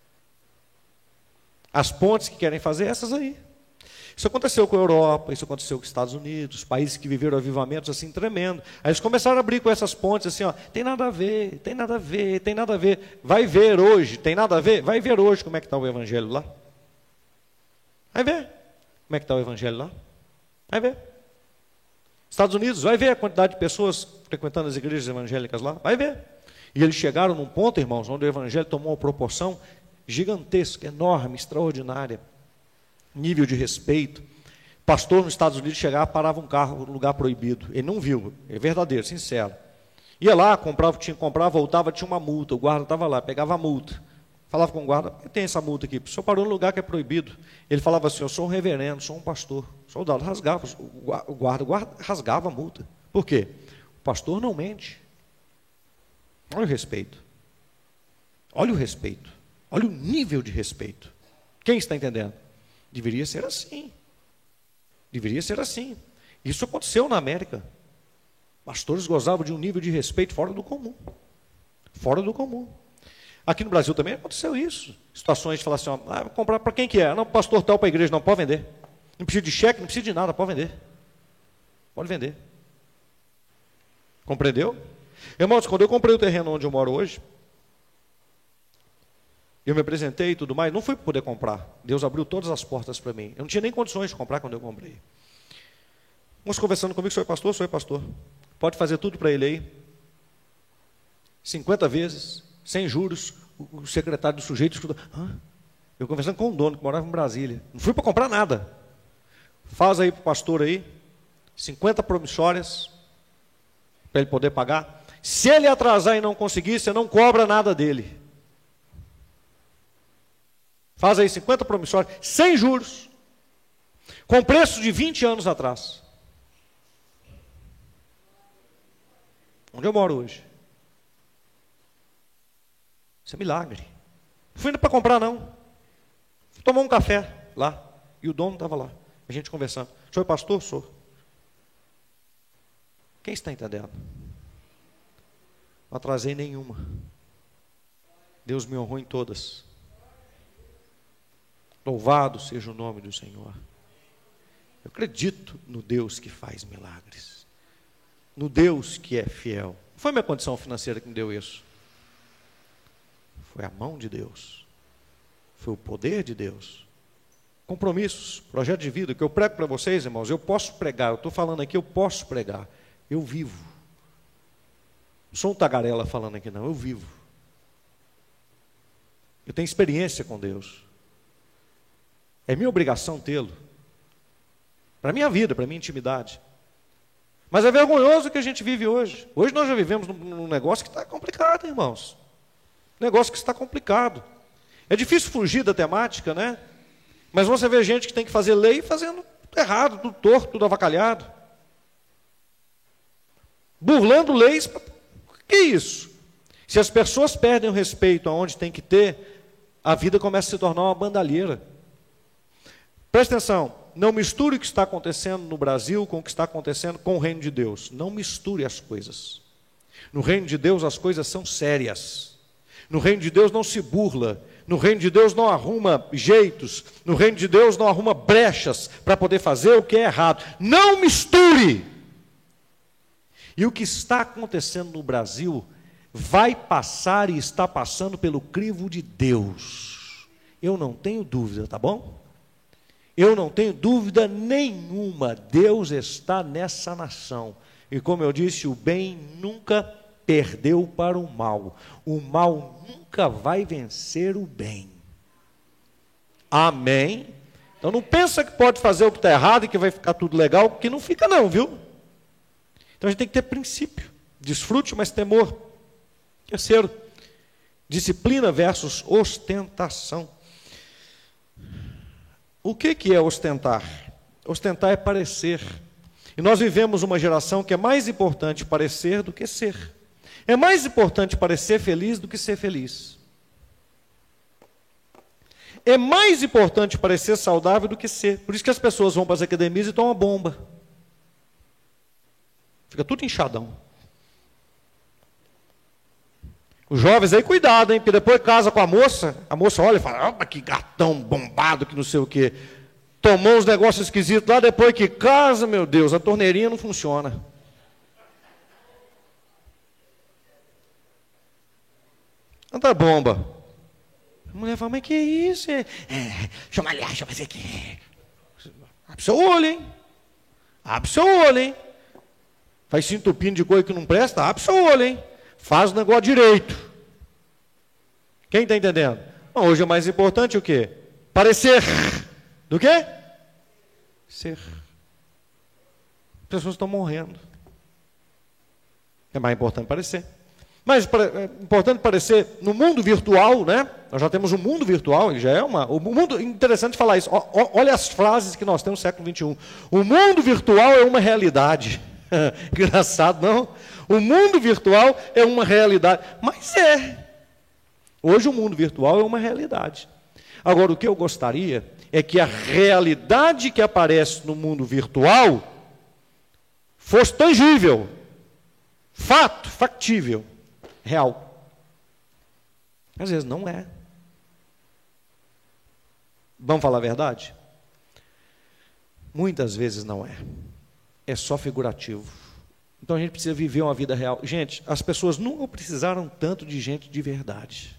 As pontes que querem fazer, essas aí. Isso aconteceu com a Europa, isso aconteceu com os Estados Unidos, países que viveram avivamentos assim tremendo. Aí eles começaram a abrir com essas pontes assim, ó, tem nada a ver, tem nada a ver, tem nada a ver. Vai ver hoje, tem nada a ver? Vai ver hoje como é que está o evangelho lá. Vai ver como é que está o evangelho lá. Vai ver. Estados Unidos, vai ver a quantidade de pessoas frequentando as igrejas evangélicas lá. Vai ver. E eles chegaram num ponto, irmãos, onde o evangelho tomou uma proporção gigantesca, enorme, extraordinária. Nível de respeito. Pastor nos Estados Unidos chegava, parava um carro no lugar proibido. Ele não viu, é verdadeiro, sincero. Ia lá, comprava, tinha que comprar, voltava, tinha uma multa. O guarda estava lá, pegava a multa. Falava com o guarda, tem essa multa aqui. O senhor parou no lugar que é proibido. Ele falava assim, eu sou um reverendo, sou um pastor. O soldado rasgava, o guarda rasgava a multa. Por quê? O pastor não mente. Olha o respeito. Olha o respeito. Olha o nível de respeito. Quem está entendendo? Deveria ser assim. Deveria ser assim. Isso aconteceu na América. Pastores gozavam de um nível de respeito fora do comum. Fora do comum. Aqui no Brasil também aconteceu isso. Situações de falar assim, ó, vou comprar para quem que é? Não, pastor tal para a igreja, não, pode vender. Não precisa de cheque, não precisa de nada, pode vender. Pode vender. Compreendeu? Irmãos, quando eu comprei o terreno onde eu moro hoje, eu me apresentei e tudo mais, não fui para poder comprar. Deus abriu todas as portas para mim. Eu não tinha nem condições de comprar quando eu comprei. Uns conversando comigo, sou pastor, sou pastor. Pode fazer tudo para ele aí. 50 vezes, sem juros. O secretário do sujeito escuta. Eu conversando com um dono que morava em Brasília. Não fui para comprar nada. Faz aí para o pastor aí, 50 promissórias, para ele poder pagar. Se ele atrasar e não conseguir, você não cobra nada dele. Faz aí 50 promissórias, sem juros, com preço de 20 anos atrás. Onde eu moro hoje. Isso é milagre. Não fui indo para comprar, não. Fui tomar um café lá, e o dono estava lá, a gente conversando. O senhor é pastor? Sou. Quem está entendendo? Não atrasei nenhuma. Deus me honrou em todas. Louvado seja o nome do Senhor. Eu acredito no Deus que faz milagres. No Deus que é fiel. Não foi minha condição financeira que me deu isso. Foi a mão de Deus. Foi o poder de Deus. Compromissos, projeto de vida, que eu prego para vocês, irmãos, eu posso pregar, eu estou falando aqui, eu posso pregar. Eu vivo. Não sou um tagarela falando aqui, não, eu vivo. Eu tenho experiência com Deus. É minha obrigação tê-lo. Para a minha vida, para a minha intimidade. Mas é vergonhoso o que a gente vive hoje. Hoje nós já vivemos num negócio que está complicado, irmãos. Negócio que está complicado. É difícil fugir da temática, né? Mas você vê gente que tem que fazer lei fazendo tudo errado, tudo torto, tudo avacalhado. Burlando leis. O que é isso? Se as pessoas perdem o respeito aonde tem que ter, a vida começa a se tornar uma bandalheira. Presta atenção, não misture o que está acontecendo no Brasil com o que está acontecendo com o reino de Deus. Não misture as coisas. No reino de Deus as coisas são sérias. No reino de Deus não se burla. No reino de Deus não arruma jeitos. No reino de Deus não arruma brechas para poder fazer o que é errado. Não misture! E o que está acontecendo no Brasil vai passar e está passando pelo crivo de Deus. Eu não tenho dúvida, tá bom? Eu não tenho dúvida nenhuma. Deus está nessa nação. E como eu disse, o bem nunca perdeu para o mal. O mal nunca vai vencer o bem. Amém? Então não pensa que pode fazer o que está errado e que vai ficar tudo legal, porque não fica não, viu? Então a gente tem que ter princípio. Desfrute, mas temor. Terceiro, disciplina versus ostentação. O que é ostentar? Ostentar é parecer. E nós vivemos uma geração que é mais importante parecer do que ser. É mais importante parecer feliz do que ser feliz. É mais importante parecer saudável do que ser. Por isso que as pessoas vão para as academias e tomam bomba. Fica tudo inchadão. Os jovens aí, cuidado, hein? Porque depois casa com a moça olha e fala, opa, que gatão bombado, que não sei o quê. Tomou uns negócios esquisitos lá, depois que casa, meu Deus, a torneirinha não funciona. Tanta bomba. A mulher fala, mas que isso? Deixa eu malhar, deixa eu fazer aqui. Abre seu olho, hein? Abre seu olho, hein? Faz se entupindo de coisa que não presta, abre seu olho, hein? Faz o negócio direito. Quem está entendendo? Bom, hoje é mais importante o quê? Parecer. Do quê? Ser. As pessoas estão morrendo. É mais importante parecer. Mas é importante parecer no mundo virtual, né? Nós já temos um mundo virtual, ele já é o mundo, interessante falar isso. Olha as frases que nós temos no século XXI. O mundo virtual é uma realidade. Engraçado, não? O mundo virtual é uma realidade. Mas é. Hoje o mundo virtual é uma realidade. Agora, o que eu gostaria é que a realidade que aparece no mundo virtual fosse tangível, factível, real. Às vezes não é. Vamos falar a verdade? Muitas vezes não é. É só figurativo. Então a gente precisa viver uma vida real. Gente, as pessoas nunca precisaram tanto de gente de verdade.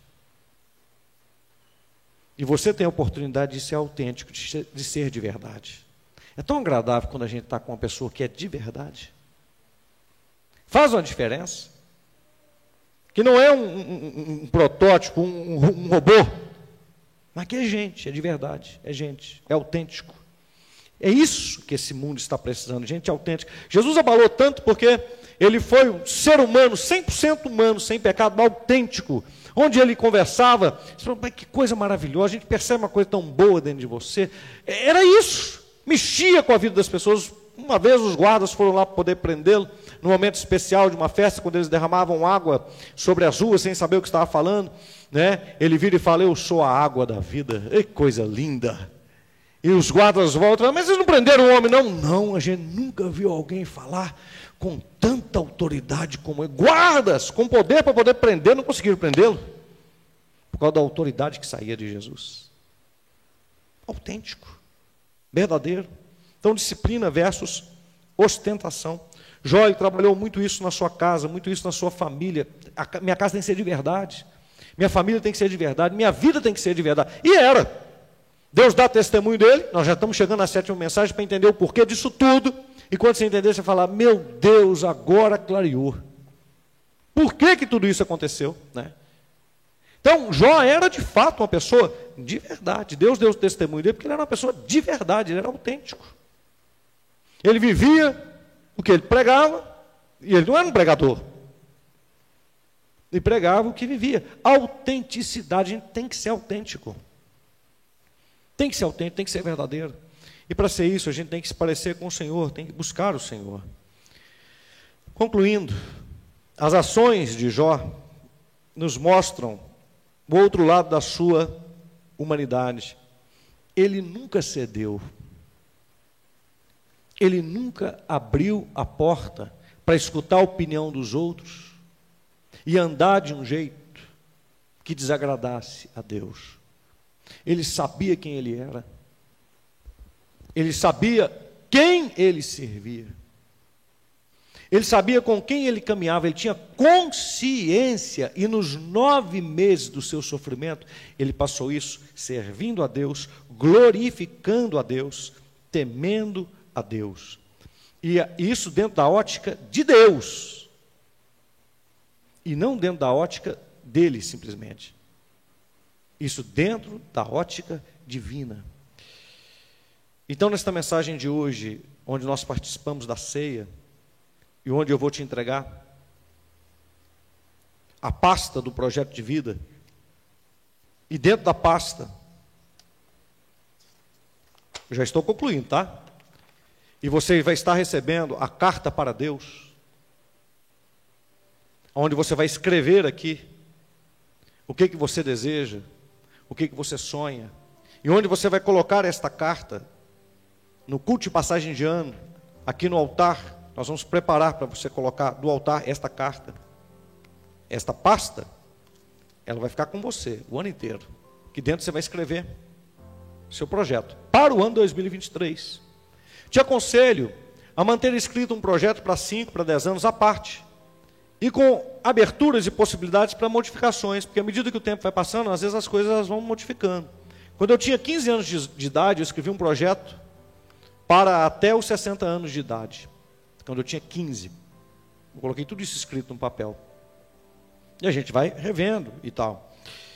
E você tem a oportunidade de ser autêntico, de ser de verdade. É tão agradável quando a gente está com uma pessoa que é de verdade. Faz uma diferença. Que não é um protótipo, um robô. Mas que é gente, é de verdade, é gente, é autêntico. É isso que esse mundo está precisando, gente autêntica. Jesus abalou tanto porque ele foi um ser humano, 100% humano, sem pecado, autêntico. Onde ele conversava, você falou, mas que coisa maravilhosa, a gente percebe uma coisa tão boa dentro de você. Era isso, mexia com a vida das pessoas. Uma vez os guardas foram lá para poder prendê-lo, num momento especial de uma festa, quando eles derramavam água sobre as ruas, sem saber o que estava falando, né? Ele vira e fala, eu sou a água da vida. Que coisa linda. E os guardas voltam, mas vocês não prenderam o homem, não? Não, a gente nunca viu alguém falar com tanta autoridade como ele. Guardas, com poder para poder prender, não conseguiram prendê-lo, por causa da autoridade que saía de Jesus. Autêntico, verdadeiro. Então, disciplina versus ostentação. Jó trabalhou muito isso na sua casa, muito isso na sua família. Minha casa tem que ser de verdade, minha família tem que ser de verdade, minha vida tem que ser de verdade. E era. Deus dá testemunho dele, nós já estamos chegando à 7ª mensagem para entender o porquê disso tudo. E quando você entender, você falar, meu Deus, agora clareou. Por que tudo isso aconteceu? Né? Então, Jó era de fato uma pessoa de verdade. Deus deu o testemunho dele porque ele era uma pessoa de verdade, ele era autêntico. Ele vivia o que ele pregava, e ele não era um pregador. Ele pregava o que vivia. Autenticidade, a gente tem que ser autêntico. Tem que ser autêntico, tem que ser verdadeiro. E para ser isso, a gente tem que se parecer com o Senhor, tem que buscar o Senhor. Concluindo, as ações de Jó nos mostram o outro lado da sua humanidade. Ele nunca cedeu. Ele nunca abriu a porta para escutar a opinião dos outros e andar de um jeito que desagradasse a Deus. Ele sabia quem ele era. Ele sabia quem ele servia. Ele sabia com quem ele caminhava. Ele tinha consciência. E nos 9 meses do seu sofrimento, ele passou isso servindo a Deus, glorificando a Deus, temendo a Deus. E isso dentro da ótica de Deus. E não dentro da ótica dele, simplesmente. Isso dentro da ótica divina. Então, nesta mensagem de hoje, onde nós participamos da ceia, e onde eu vou te entregar a pasta do projeto de vida, e dentro da pasta, eu já estou concluindo, tá? E você vai estar recebendo a carta para Deus, onde você vai escrever aqui o que você deseja, o que você sonha, e onde você vai colocar esta carta no culto de passagem de ano, aqui no altar. Nós vamos preparar para você colocar do altar esta carta, esta pasta, ela vai ficar com você o ano inteiro, que dentro você vai escrever seu projeto para o ano 2023. Te aconselho a manter escrito um projeto para 5, para 10 anos à parte, e com aberturas e possibilidades para modificações, porque à medida que o tempo vai passando, às vezes as coisas vão modificando. Quando eu tinha 15 anos de idade, eu escrevi um projeto para até os 60 anos de idade. Quando eu tinha 15, eu coloquei tudo isso escrito no papel. E a gente vai revendo e tal.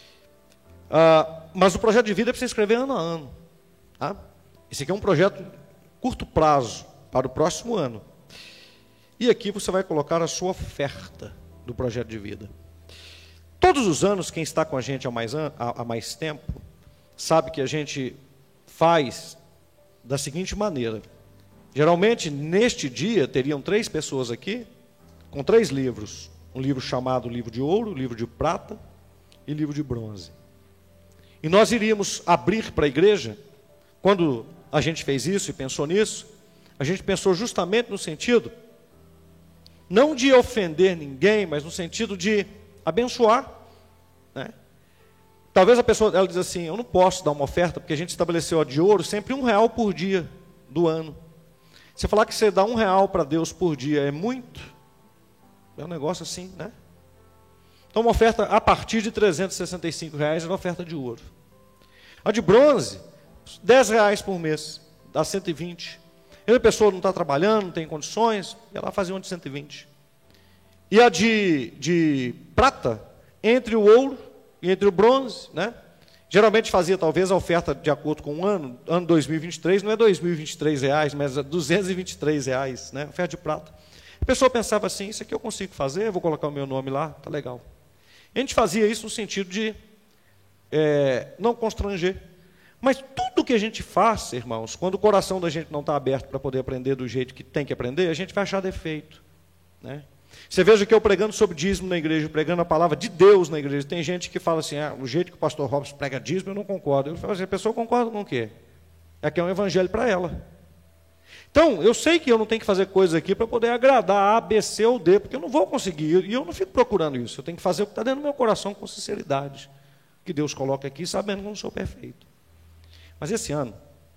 Mas o projeto de vida é para você escrever ano a ano. Tá? Esse aqui é um projeto curto prazo, para o próximo ano. E aqui você vai colocar a sua oferta do projeto de vida. Todos os anos, quem está com a gente há mais tempo, sabe que a gente faz da seguinte maneira. Geralmente, neste dia, teriam 3 pessoas aqui, com 3 livros. Um livro chamado livro de ouro, livro de prata e livro de bronze. E nós iríamos abrir para a igreja. Quando a gente fez isso e pensou nisso, a gente pensou justamente no sentido, não de ofender ninguém, mas no sentido de abençoar, né? Talvez a pessoa, ela diz assim, eu não posso dar uma oferta, porque a gente estabeleceu a de ouro sempre R$1 por dia do ano. Você falar que você dá R$1 para Deus por dia é muito? É um negócio assim, né? Então uma oferta a partir de R$365 é uma oferta de ouro. A de bronze, R$10 por mês, dá 120. E a pessoa não está trabalhando, não tem condições, ela fazia uma de 120. E a de prata, entre o ouro e entre o bronze, né? Geralmente fazia talvez a oferta de acordo com o ano 2023, não é R$2.023, mas é R$223, né? Oferta de prata. A pessoa pensava assim, isso aqui eu consigo fazer, vou colocar o meu nome lá, tá legal. A gente fazia isso no sentido de não constranger. Mas tudo que a gente faz, irmãos, quando o coração da gente não está aberto para poder aprender do jeito que tem que aprender, a gente vai achar defeito, né? Você veja que eu pregando sobre dízimo na igreja, pregando a palavra de Deus na igreja, tem gente que fala assim, o jeito que o pastor Robson prega dízimo, eu não concordo. Eu falo assim, a pessoa concorda com o quê? É que é um evangelho para ela. Então, eu sei que eu não tenho que fazer coisas aqui para poder agradar A, B, C ou D, porque eu não vou conseguir, e eu não fico procurando isso. Eu tenho que fazer o que está dentro do meu coração com sinceridade, que Deus coloca aqui, sabendo que eu não sou perfeito. Mas esse ano,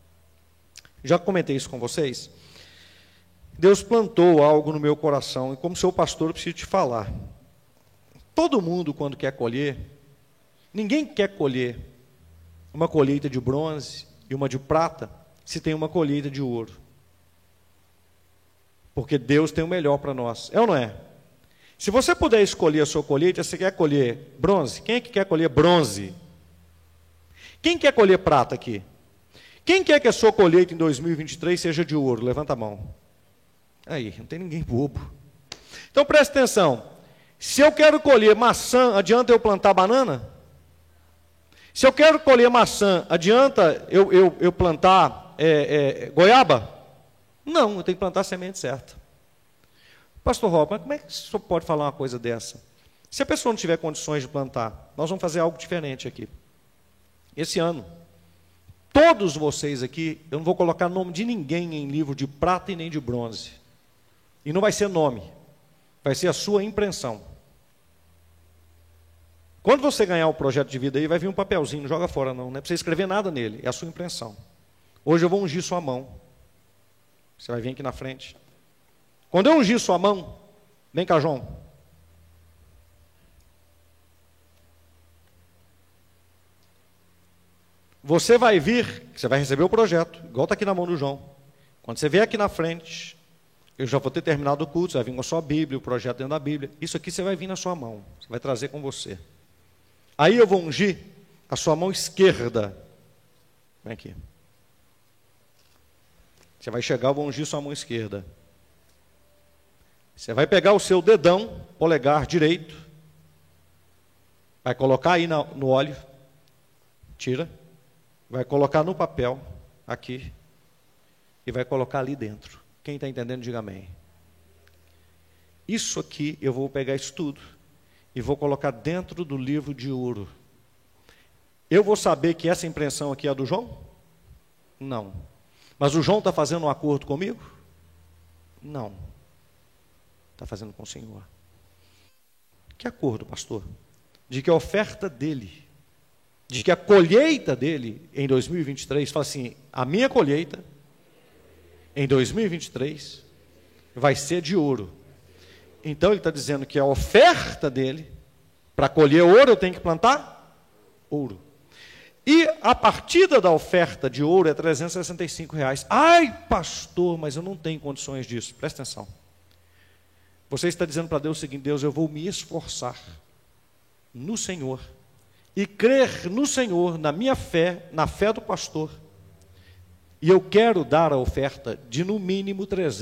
já comentei isso com vocês, Deus plantou algo no meu coração, e como seu pastor eu preciso te falar. Todo mundo, quando quer colher, ninguém quer colher uma colheita de bronze e uma de prata, se tem uma colheita de ouro. Porque Deus tem o melhor para nós, é ou não é? Se você puder escolher a sua colheita, você quer colher bronze? Quem é que quer colher bronze? Quem quer colher prata aqui? Quem quer que a sua colheita em 2023 seja de ouro? Levanta a mão. Aí, não tem ninguém bobo. Então preste atenção. Se eu quero colher maçã, adianta eu plantar banana? Se eu quero colher maçã, adianta eu plantar goiaba? Não, eu tenho que plantar a semente certa. Pastor Rob, mas como é que o senhor pode falar uma coisa dessa? Se a pessoa não tiver condições de plantar, nós vamos fazer algo diferente aqui. Esse ano, todos vocês aqui, eu não vou colocar nome de ninguém em livro de prata e nem de bronze. E não vai ser nome, vai ser a sua impressão. Quando você ganhar o projeto de vida aí, vai vir um papelzinho, não joga fora não é para você escrever nada nele, é a sua impressão. Hoje eu vou ungir sua mão. Você vai vir aqui na frente. Quando eu ungir sua mão, vem cá, João. Você vai vir, você vai receber o projeto, igual está aqui na mão do João. Quando você vier aqui na frente, eu já vou ter terminado o culto, você vai vir com a sua Bíblia, o projeto dentro da Bíblia. Isso aqui você vai vir na sua mão, você vai trazer com você. Aí eu vou ungir a sua mão esquerda. Vem aqui. Você vai chegar, eu vou ungir sua mão esquerda. Você vai pegar o seu dedão, polegar direito, vai colocar aí no óleo, tira, vai colocar no papel, aqui, e vai colocar ali dentro. Quem está entendendo, diga amém. Isso aqui, eu vou pegar isso tudo, e vou colocar dentro do livro de ouro. Eu vou saber que essa impressão aqui é a do João? Não. Mas o João está fazendo um acordo comigo? Não. Está fazendo com o Senhor. Que acordo, pastor? De que a oferta dele, de que a colheita dele em 2023, fala assim, a minha colheita em 2023 vai ser de ouro. Então ele está dizendo que a oferta dele, para colher ouro eu tenho que plantar ouro. E a partida da oferta de ouro é R$365. Ai, pastor, mas eu não tenho condições disso. Presta atenção. Você está dizendo para Deus o seguinte: Deus, eu vou me esforçar no Senhor e crer no Senhor, na minha fé, na fé do pastor. E eu quero dar a oferta de no mínimo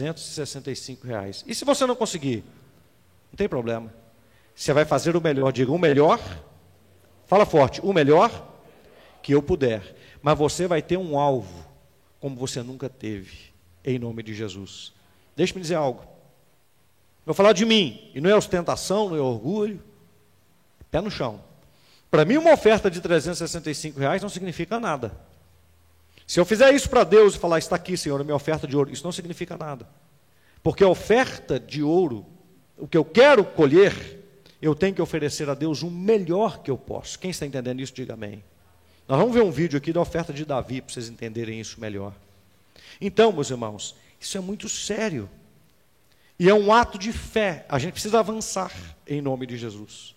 R$365. E se você não conseguir? Não tem problema. Você vai fazer o melhor. Diga, o melhor. Fala forte, o melhor que eu puder. Mas você vai ter um alvo como você nunca teve, em nome de Jesus. Deixa-me dizer algo. Vou falar de mim, e não é ostentação, não é orgulho. Pé no chão. Para mim, uma oferta de R$365 não significa nada. Se eu fizer isso para Deus e falar, está aqui, Senhor, a minha oferta de ouro, isso não significa nada. Porque a oferta de ouro, o que eu quero colher, eu tenho que oferecer a Deus o melhor que eu posso. Quem está entendendo isso, diga amém. Nós vamos ver um vídeo aqui da oferta de Davi, para vocês entenderem isso melhor. Então, meus irmãos, isso é muito sério. E é um ato de fé. A gente precisa avançar em nome de Jesus.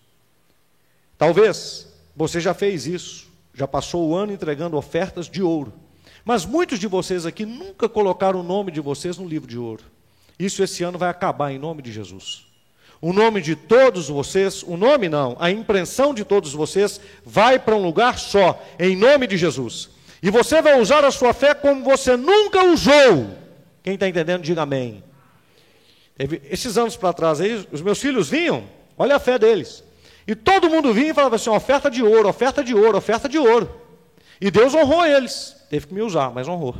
Talvez você já fez isso, já passou o ano entregando ofertas de ouro. Mas muitos de vocês aqui nunca colocaram o nome de vocês no livro de ouro. Isso esse ano vai acabar em nome de Jesus. O nome de todos vocês, o nome não, a impressão de todos vocês vai para um lugar só, em nome de Jesus. E você vai usar a sua fé como você nunca usou. Quem está entendendo, diga amém. Esses anos para trás aí, os meus filhos vinham, olha a fé deles. E todo mundo vinha e falava assim, oferta de ouro, oferta de ouro, oferta de ouro. E Deus honrou eles. Teve que me usar, mas honrou.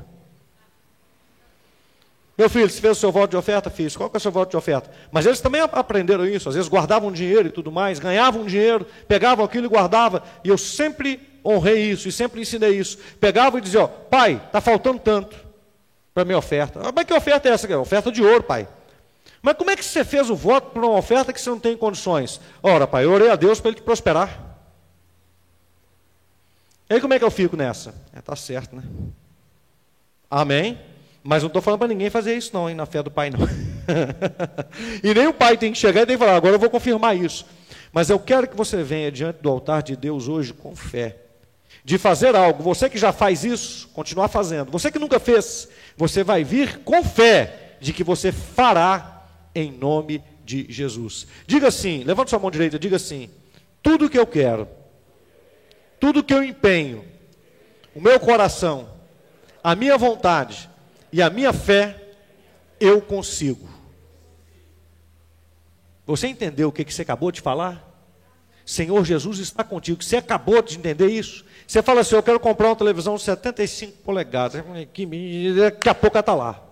Meu filho, você fez o seu voto de oferta? Fiz. Qual que é o seu voto de oferta? Mas eles também aprenderam isso. Às vezes guardavam dinheiro e tudo mais, ganhavam dinheiro, pegavam aquilo e guardavam. E eu sempre honrei isso e sempre ensinei isso. Pegava e dizia, ó, pai, está faltando tanto para a minha oferta. Ah, mas que oferta é essa? Oferta de ouro, pai. Mas como é que você fez o voto para uma oferta que você não tem condições? Ora, pai, eu orei a Deus para ele te prosperar. E aí como é que eu fico nessa? Tá certo, né? Amém? Mas não estou falando para ninguém fazer isso não, hein, na fé do pai não. E nem o pai tem que chegar e tem que falar, agora eu vou confirmar isso. Mas eu quero que você venha diante do altar de Deus hoje com fé. De fazer algo, você que já faz isso, continuar fazendo. Você que nunca fez, você vai vir com fé de que você fará em nome de Jesus. Diga assim, levante sua mão direita, diga assim, tudo que eu quero, tudo que eu empenho, o meu coração, a minha vontade e a minha fé, eu consigo. Você entendeu o que você acabou de falar? Senhor Jesus está contigo. Você acabou de entender isso? Você fala assim, eu quero comprar uma televisão de 75 polegadas. Daqui a pouco ela está lá.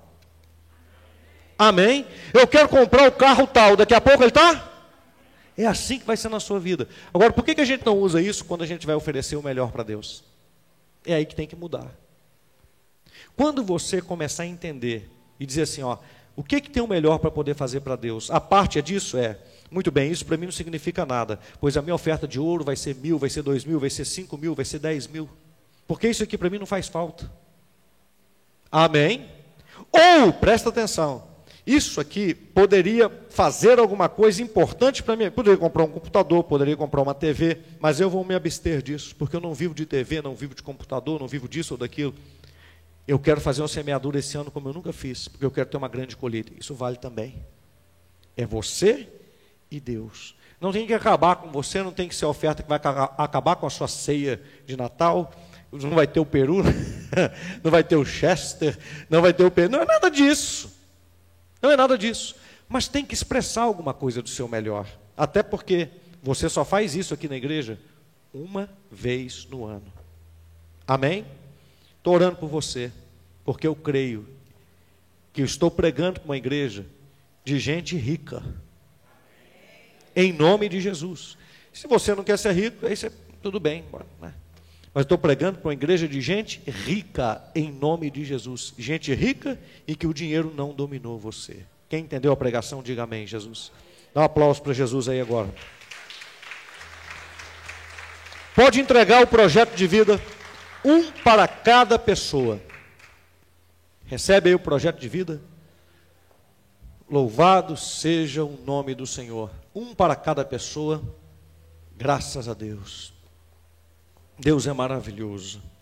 Amém? Eu quero comprar o carro tal. Daqui a pouco ele está? É assim que vai ser na sua vida. Agora, por que a gente não usa isso quando a gente vai oferecer o melhor para Deus? É aí que tem que mudar. Quando você começar a entender e dizer assim, ó, o que tem o melhor para poder fazer para Deus? A parte disso muito bem, isso para mim não significa nada, pois a minha oferta de ouro vai ser 1.000, vai ser 2.000, vai ser 5.000, vai ser 10.000, porque isso aqui para mim não faz falta. Amém? Ou, presta atenção, isso aqui poderia fazer alguma coisa importante para mim, poderia comprar um computador, poderia comprar uma TV, mas eu vou me abster disso, porque eu não vivo de TV, não vivo de computador, não vivo disso ou daquilo. Eu quero fazer uma semeadura esse ano como eu nunca fiz, porque eu quero ter uma grande colheita. Isso vale também. É você e Deus. Não tem que acabar com você, não tem que ser a oferta que vai acabar com a sua ceia de Natal. Não vai ter o peru, não vai ter o Chester, não vai ter o peru. Não é nada disso. Não é nada disso. Mas tem que expressar alguma coisa do seu melhor. Até porque você só faz isso aqui na igreja uma vez no ano. Amém? Estou orando por você, porque eu creio que eu estou pregando para uma igreja de gente rica, em nome de Jesus. Se você não quer ser rico, aí você, tudo bem, né? Mas estou pregando para uma igreja de gente rica, em nome de Jesus. Gente rica e que o dinheiro não dominou você. Quem entendeu a pregação, diga amém, Jesus. Dá um aplauso para Jesus aí agora. Pode entregar o projeto de vida, um para cada pessoa. Recebe aí o projeto de vida. Louvado seja o nome do Senhor. Um para cada pessoa. Graças a Deus. Deus é maravilhoso.